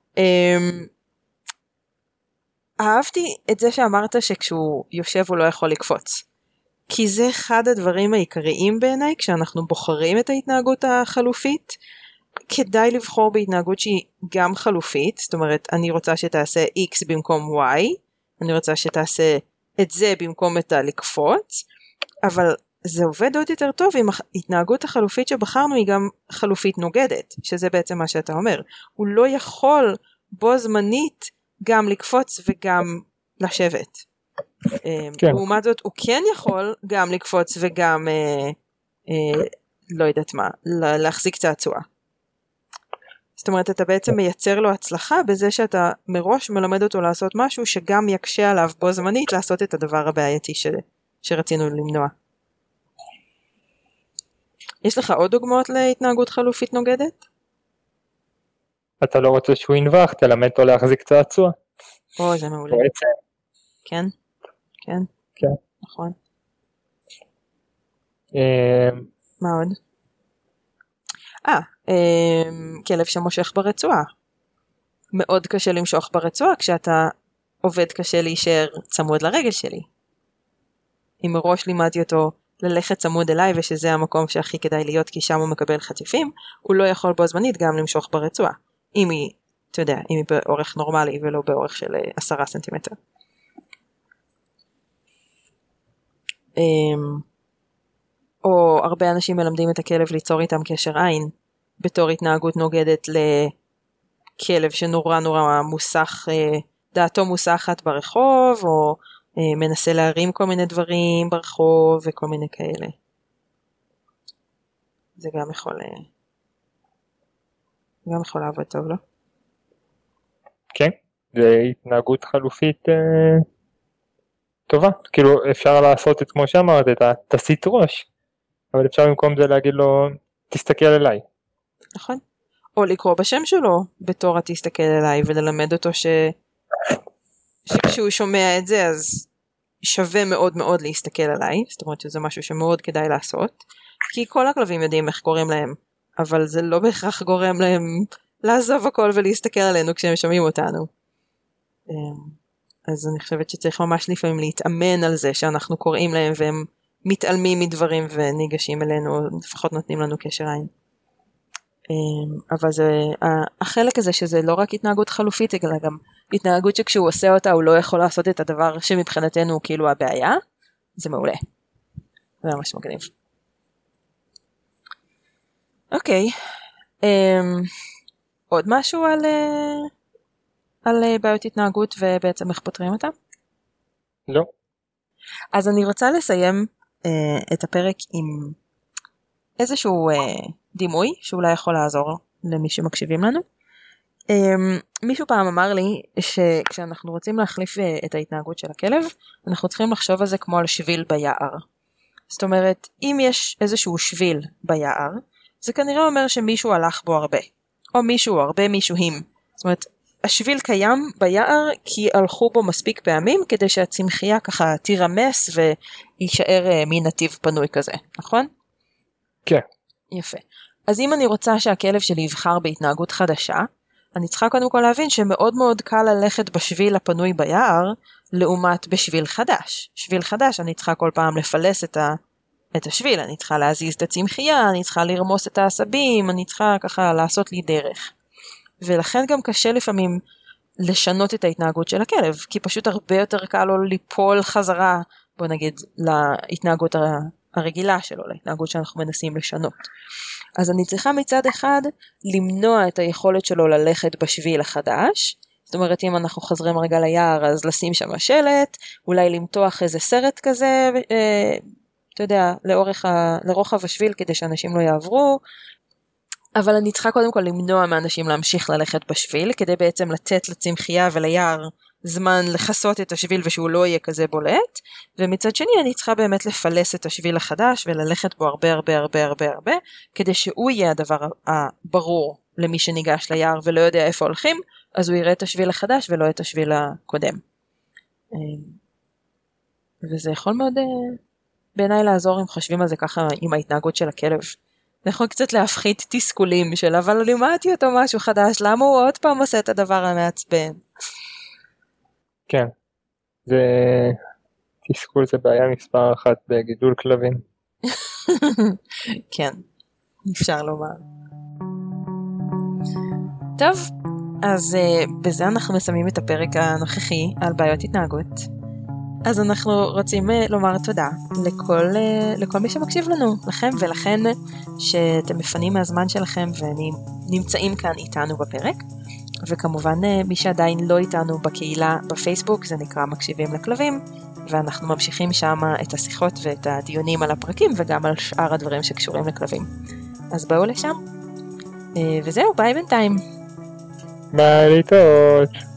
אהבתי את זה שאמרת שכשהוא יושב הוא לא יכול לקפוץ. כי זה אחד הדברים העיקריים בעיניי, כשאנחנו בוחרים את ההתנהגות החלופית, כדאי לבחור בהתנהגות שהיא גם חלופית, זאת אומרת, אני רוצה שתעשה X במקום Y, אני רוצה שתעשה את זה במקום את הלקפוץ, אבל זה עובד עוד יותר טוב אם ההתנהגות החלופית שבחרנו היא גם חלופית נוגדת, שזה בעצם מה שאתה אומר. הוא לא יכול בו זמנית גם לקפוץ וגם לשבת. כן. לעומת זאת, הוא כן יכול גם לקפוץ וגם, אה, אה, לא יודעת מה, להחזיק צעצוע. זאת אומרת, אתה בעצם מייצר לו הצלחה בזה שאתה מראש מלמד אותו לעשות משהו שגם יקשה עליו בו זמנית לעשות את הדבר הבעייתי ש... שרצינו למנוע. יש לך עוד דוגמאות להתנהגות חלופית נוגדת? אתה לא רוצה שהוא ינבח, תלמד אותו להחזיק צעצוע. או, זה מעולה. כן, כן, כן. נכון. אה... מה עוד? אה, אה, כלב שמושך ברצועה. מאוד קשה למשוך ברצועה כשאתה עובד קשה להישאר צמוד לרגל שלי. אם מראש לימדתי אותו ללכת צמוד אליי ושזה המקום שהכי כדאי להיות כי שם הוא מקבל חטיפים, הוא לא יכול בו זמנית גם למשוך ברצועה. אם היא, אתה יודע, אם היא באורך נורמלי ולא באורך של עשרה סנטימטר. או הרבה אנשים מלמדים את הכלב ליצור איתם קשר עין, בתור התנהגות נוגדת לכלב שנורא נורא מוסך, דעתו מוסחת ברחוב, או מנסה להרים כל מיני דברים ברחוב וכל מיני כאלה. זה גם יכול, גם יכול לעבוד טוב, לא? כן, זה התנהגות חלופית אה, טובה. כאילו אפשר לעשות את כמו שאמרת, את התסית ראש, אבל אפשר במקום זה להגיד לו, תסתכל אליי. נכון. או לקרוא בשם שלו בתור התסתכל אליי, וללמד אותו ש... שכשהוא שומע את זה, אז שווה מאוד מאוד להסתכל עליי, זאת אומרת שזה משהו שמאוד כדאי לעשות, כי כל הכלבים יודעים איך קוראים להם, אבל זה לא בהכרח גורם להם לעזוב הכל ולהסתכל עלינו כשהם שומעים אותנו. אז אני חושבת שצריך ממש לפעמים להתאמן על זה שאנחנו קוראים להם והם מתעלמים מדברים וניגשים אלינו, לפחות נותנים לנו קשר עין. אבל זה, החלק הזה שזה לא רק התנהגות חלופית, אלא גם התנהגות שכשהוא עושה אותה הוא לא יכול לעשות את הדבר שמבחינתנו הוא כאילו הבעיה, זה מעולה. זה ממש מגניב. אוקיי, עוד משהו על, על בעיות התנהגות ובעצם איך פותרים אותה? לא. אז אני רוצה לסיים את הפרק עם איזשהו דימוי שאולי יכול לעזור למי שמקשיבים לנו. מישהו פעם אמר לי שכשאנחנו רוצים להחליף את ההתנהגות של הכלב, אנחנו צריכים לחשוב על זה כמו על שביל ביער. זאת אומרת, אם יש איזשהו שביל ביער, זה כנראה אומר שמישהו הלך בו הרבה, או מישהו, הרבה מישהוים. זאת אומרת, השביל קיים ביער כי הלכו בו מספיק פעמים כדי שהצמחייה ככה תירמס ויישאר מין נתיב פנוי כזה, נכון? כן. יפה. אז אם אני רוצה שהכלב שלי יבחר בהתנהגות חדשה, אני צריכה קודם כל להבין שמאוד מאוד קל ללכת בשביל הפנוי ביער, לעומת בשביל חדש. שביל חדש אני צריכה כל פעם לפלס את, ה... את השביל, אני צריכה להזיז את הצמחייה, אני צריכה לרמוס את העשבים, אני צריכה ככה לעשות לי דרך. ולכן גם קשה לפעמים לשנות את ההתנהגות של הכלב, כי פשוט הרבה יותר קל לו ליפול חזרה, בוא נגיד, להתנהגות הרגילה שלו, להתנהגות שאנחנו מנסים לשנות. אז אני צריכה מצד אחד למנוע את היכולת שלו ללכת בשביל החדש, זאת אומרת אם אנחנו חוזרים רגע ליער אז לשים שם שלט, אולי למתוח איזה סרט כזה, אה, אתה יודע, לאורך ה, לרוחב השביל כדי שאנשים לא יעברו, אבל אני צריכה קודם כל למנוע מאנשים להמשיך ללכת בשביל, כדי בעצם לתת לצמחייה וליער זמן לחסות את השביל ושהוא לא יהיה כזה בולט, ומצד שני אני צריכה באמת לפלס את השביל החדש וללכת בו הרבה הרבה הרבה הרבה הרבה, כדי שהוא יהיה הדבר הברור למי שניגש ליער ולא יודע איפה הולכים, אז הוא יראה את השביל החדש ולא את השביל הקודם. וזה יכול מאוד בעיניי לעזור אם חושבים על זה ככה עם ההתנהגות של הכלב. זה יכול קצת להפחית תסכולים של, אבל לימדתי אותו משהו חדש, למה הוא עוד פעם עושה את הדבר המעצבן? כן, זה תסכול, זה בעיה מספר אחת בגידול כלבים. כן, אפשר לומר. טוב, אז uh, בזה אנחנו מסיימים את הפרק הנוכחי על בעיות התנהגות. אז אנחנו רוצים uh, לומר תודה לכל, uh, לכל מי שמקשיב לנו, לכם ולכן שאתם מפנים מהזמן שלכם ונמצאים כאן איתנו בפרק. וכמובן uh, מי שעדיין לא איתנו בקהילה בפייסבוק, זה נקרא מקשיבים לכלבים, ואנחנו ממשיכים שם את השיחות ואת הדיונים על הפרקים וגם על שאר הדברים שקשורים לכלבים. אז בואו לשם. Uh, וזהו, ביי בינתיים. ביי, להתראות.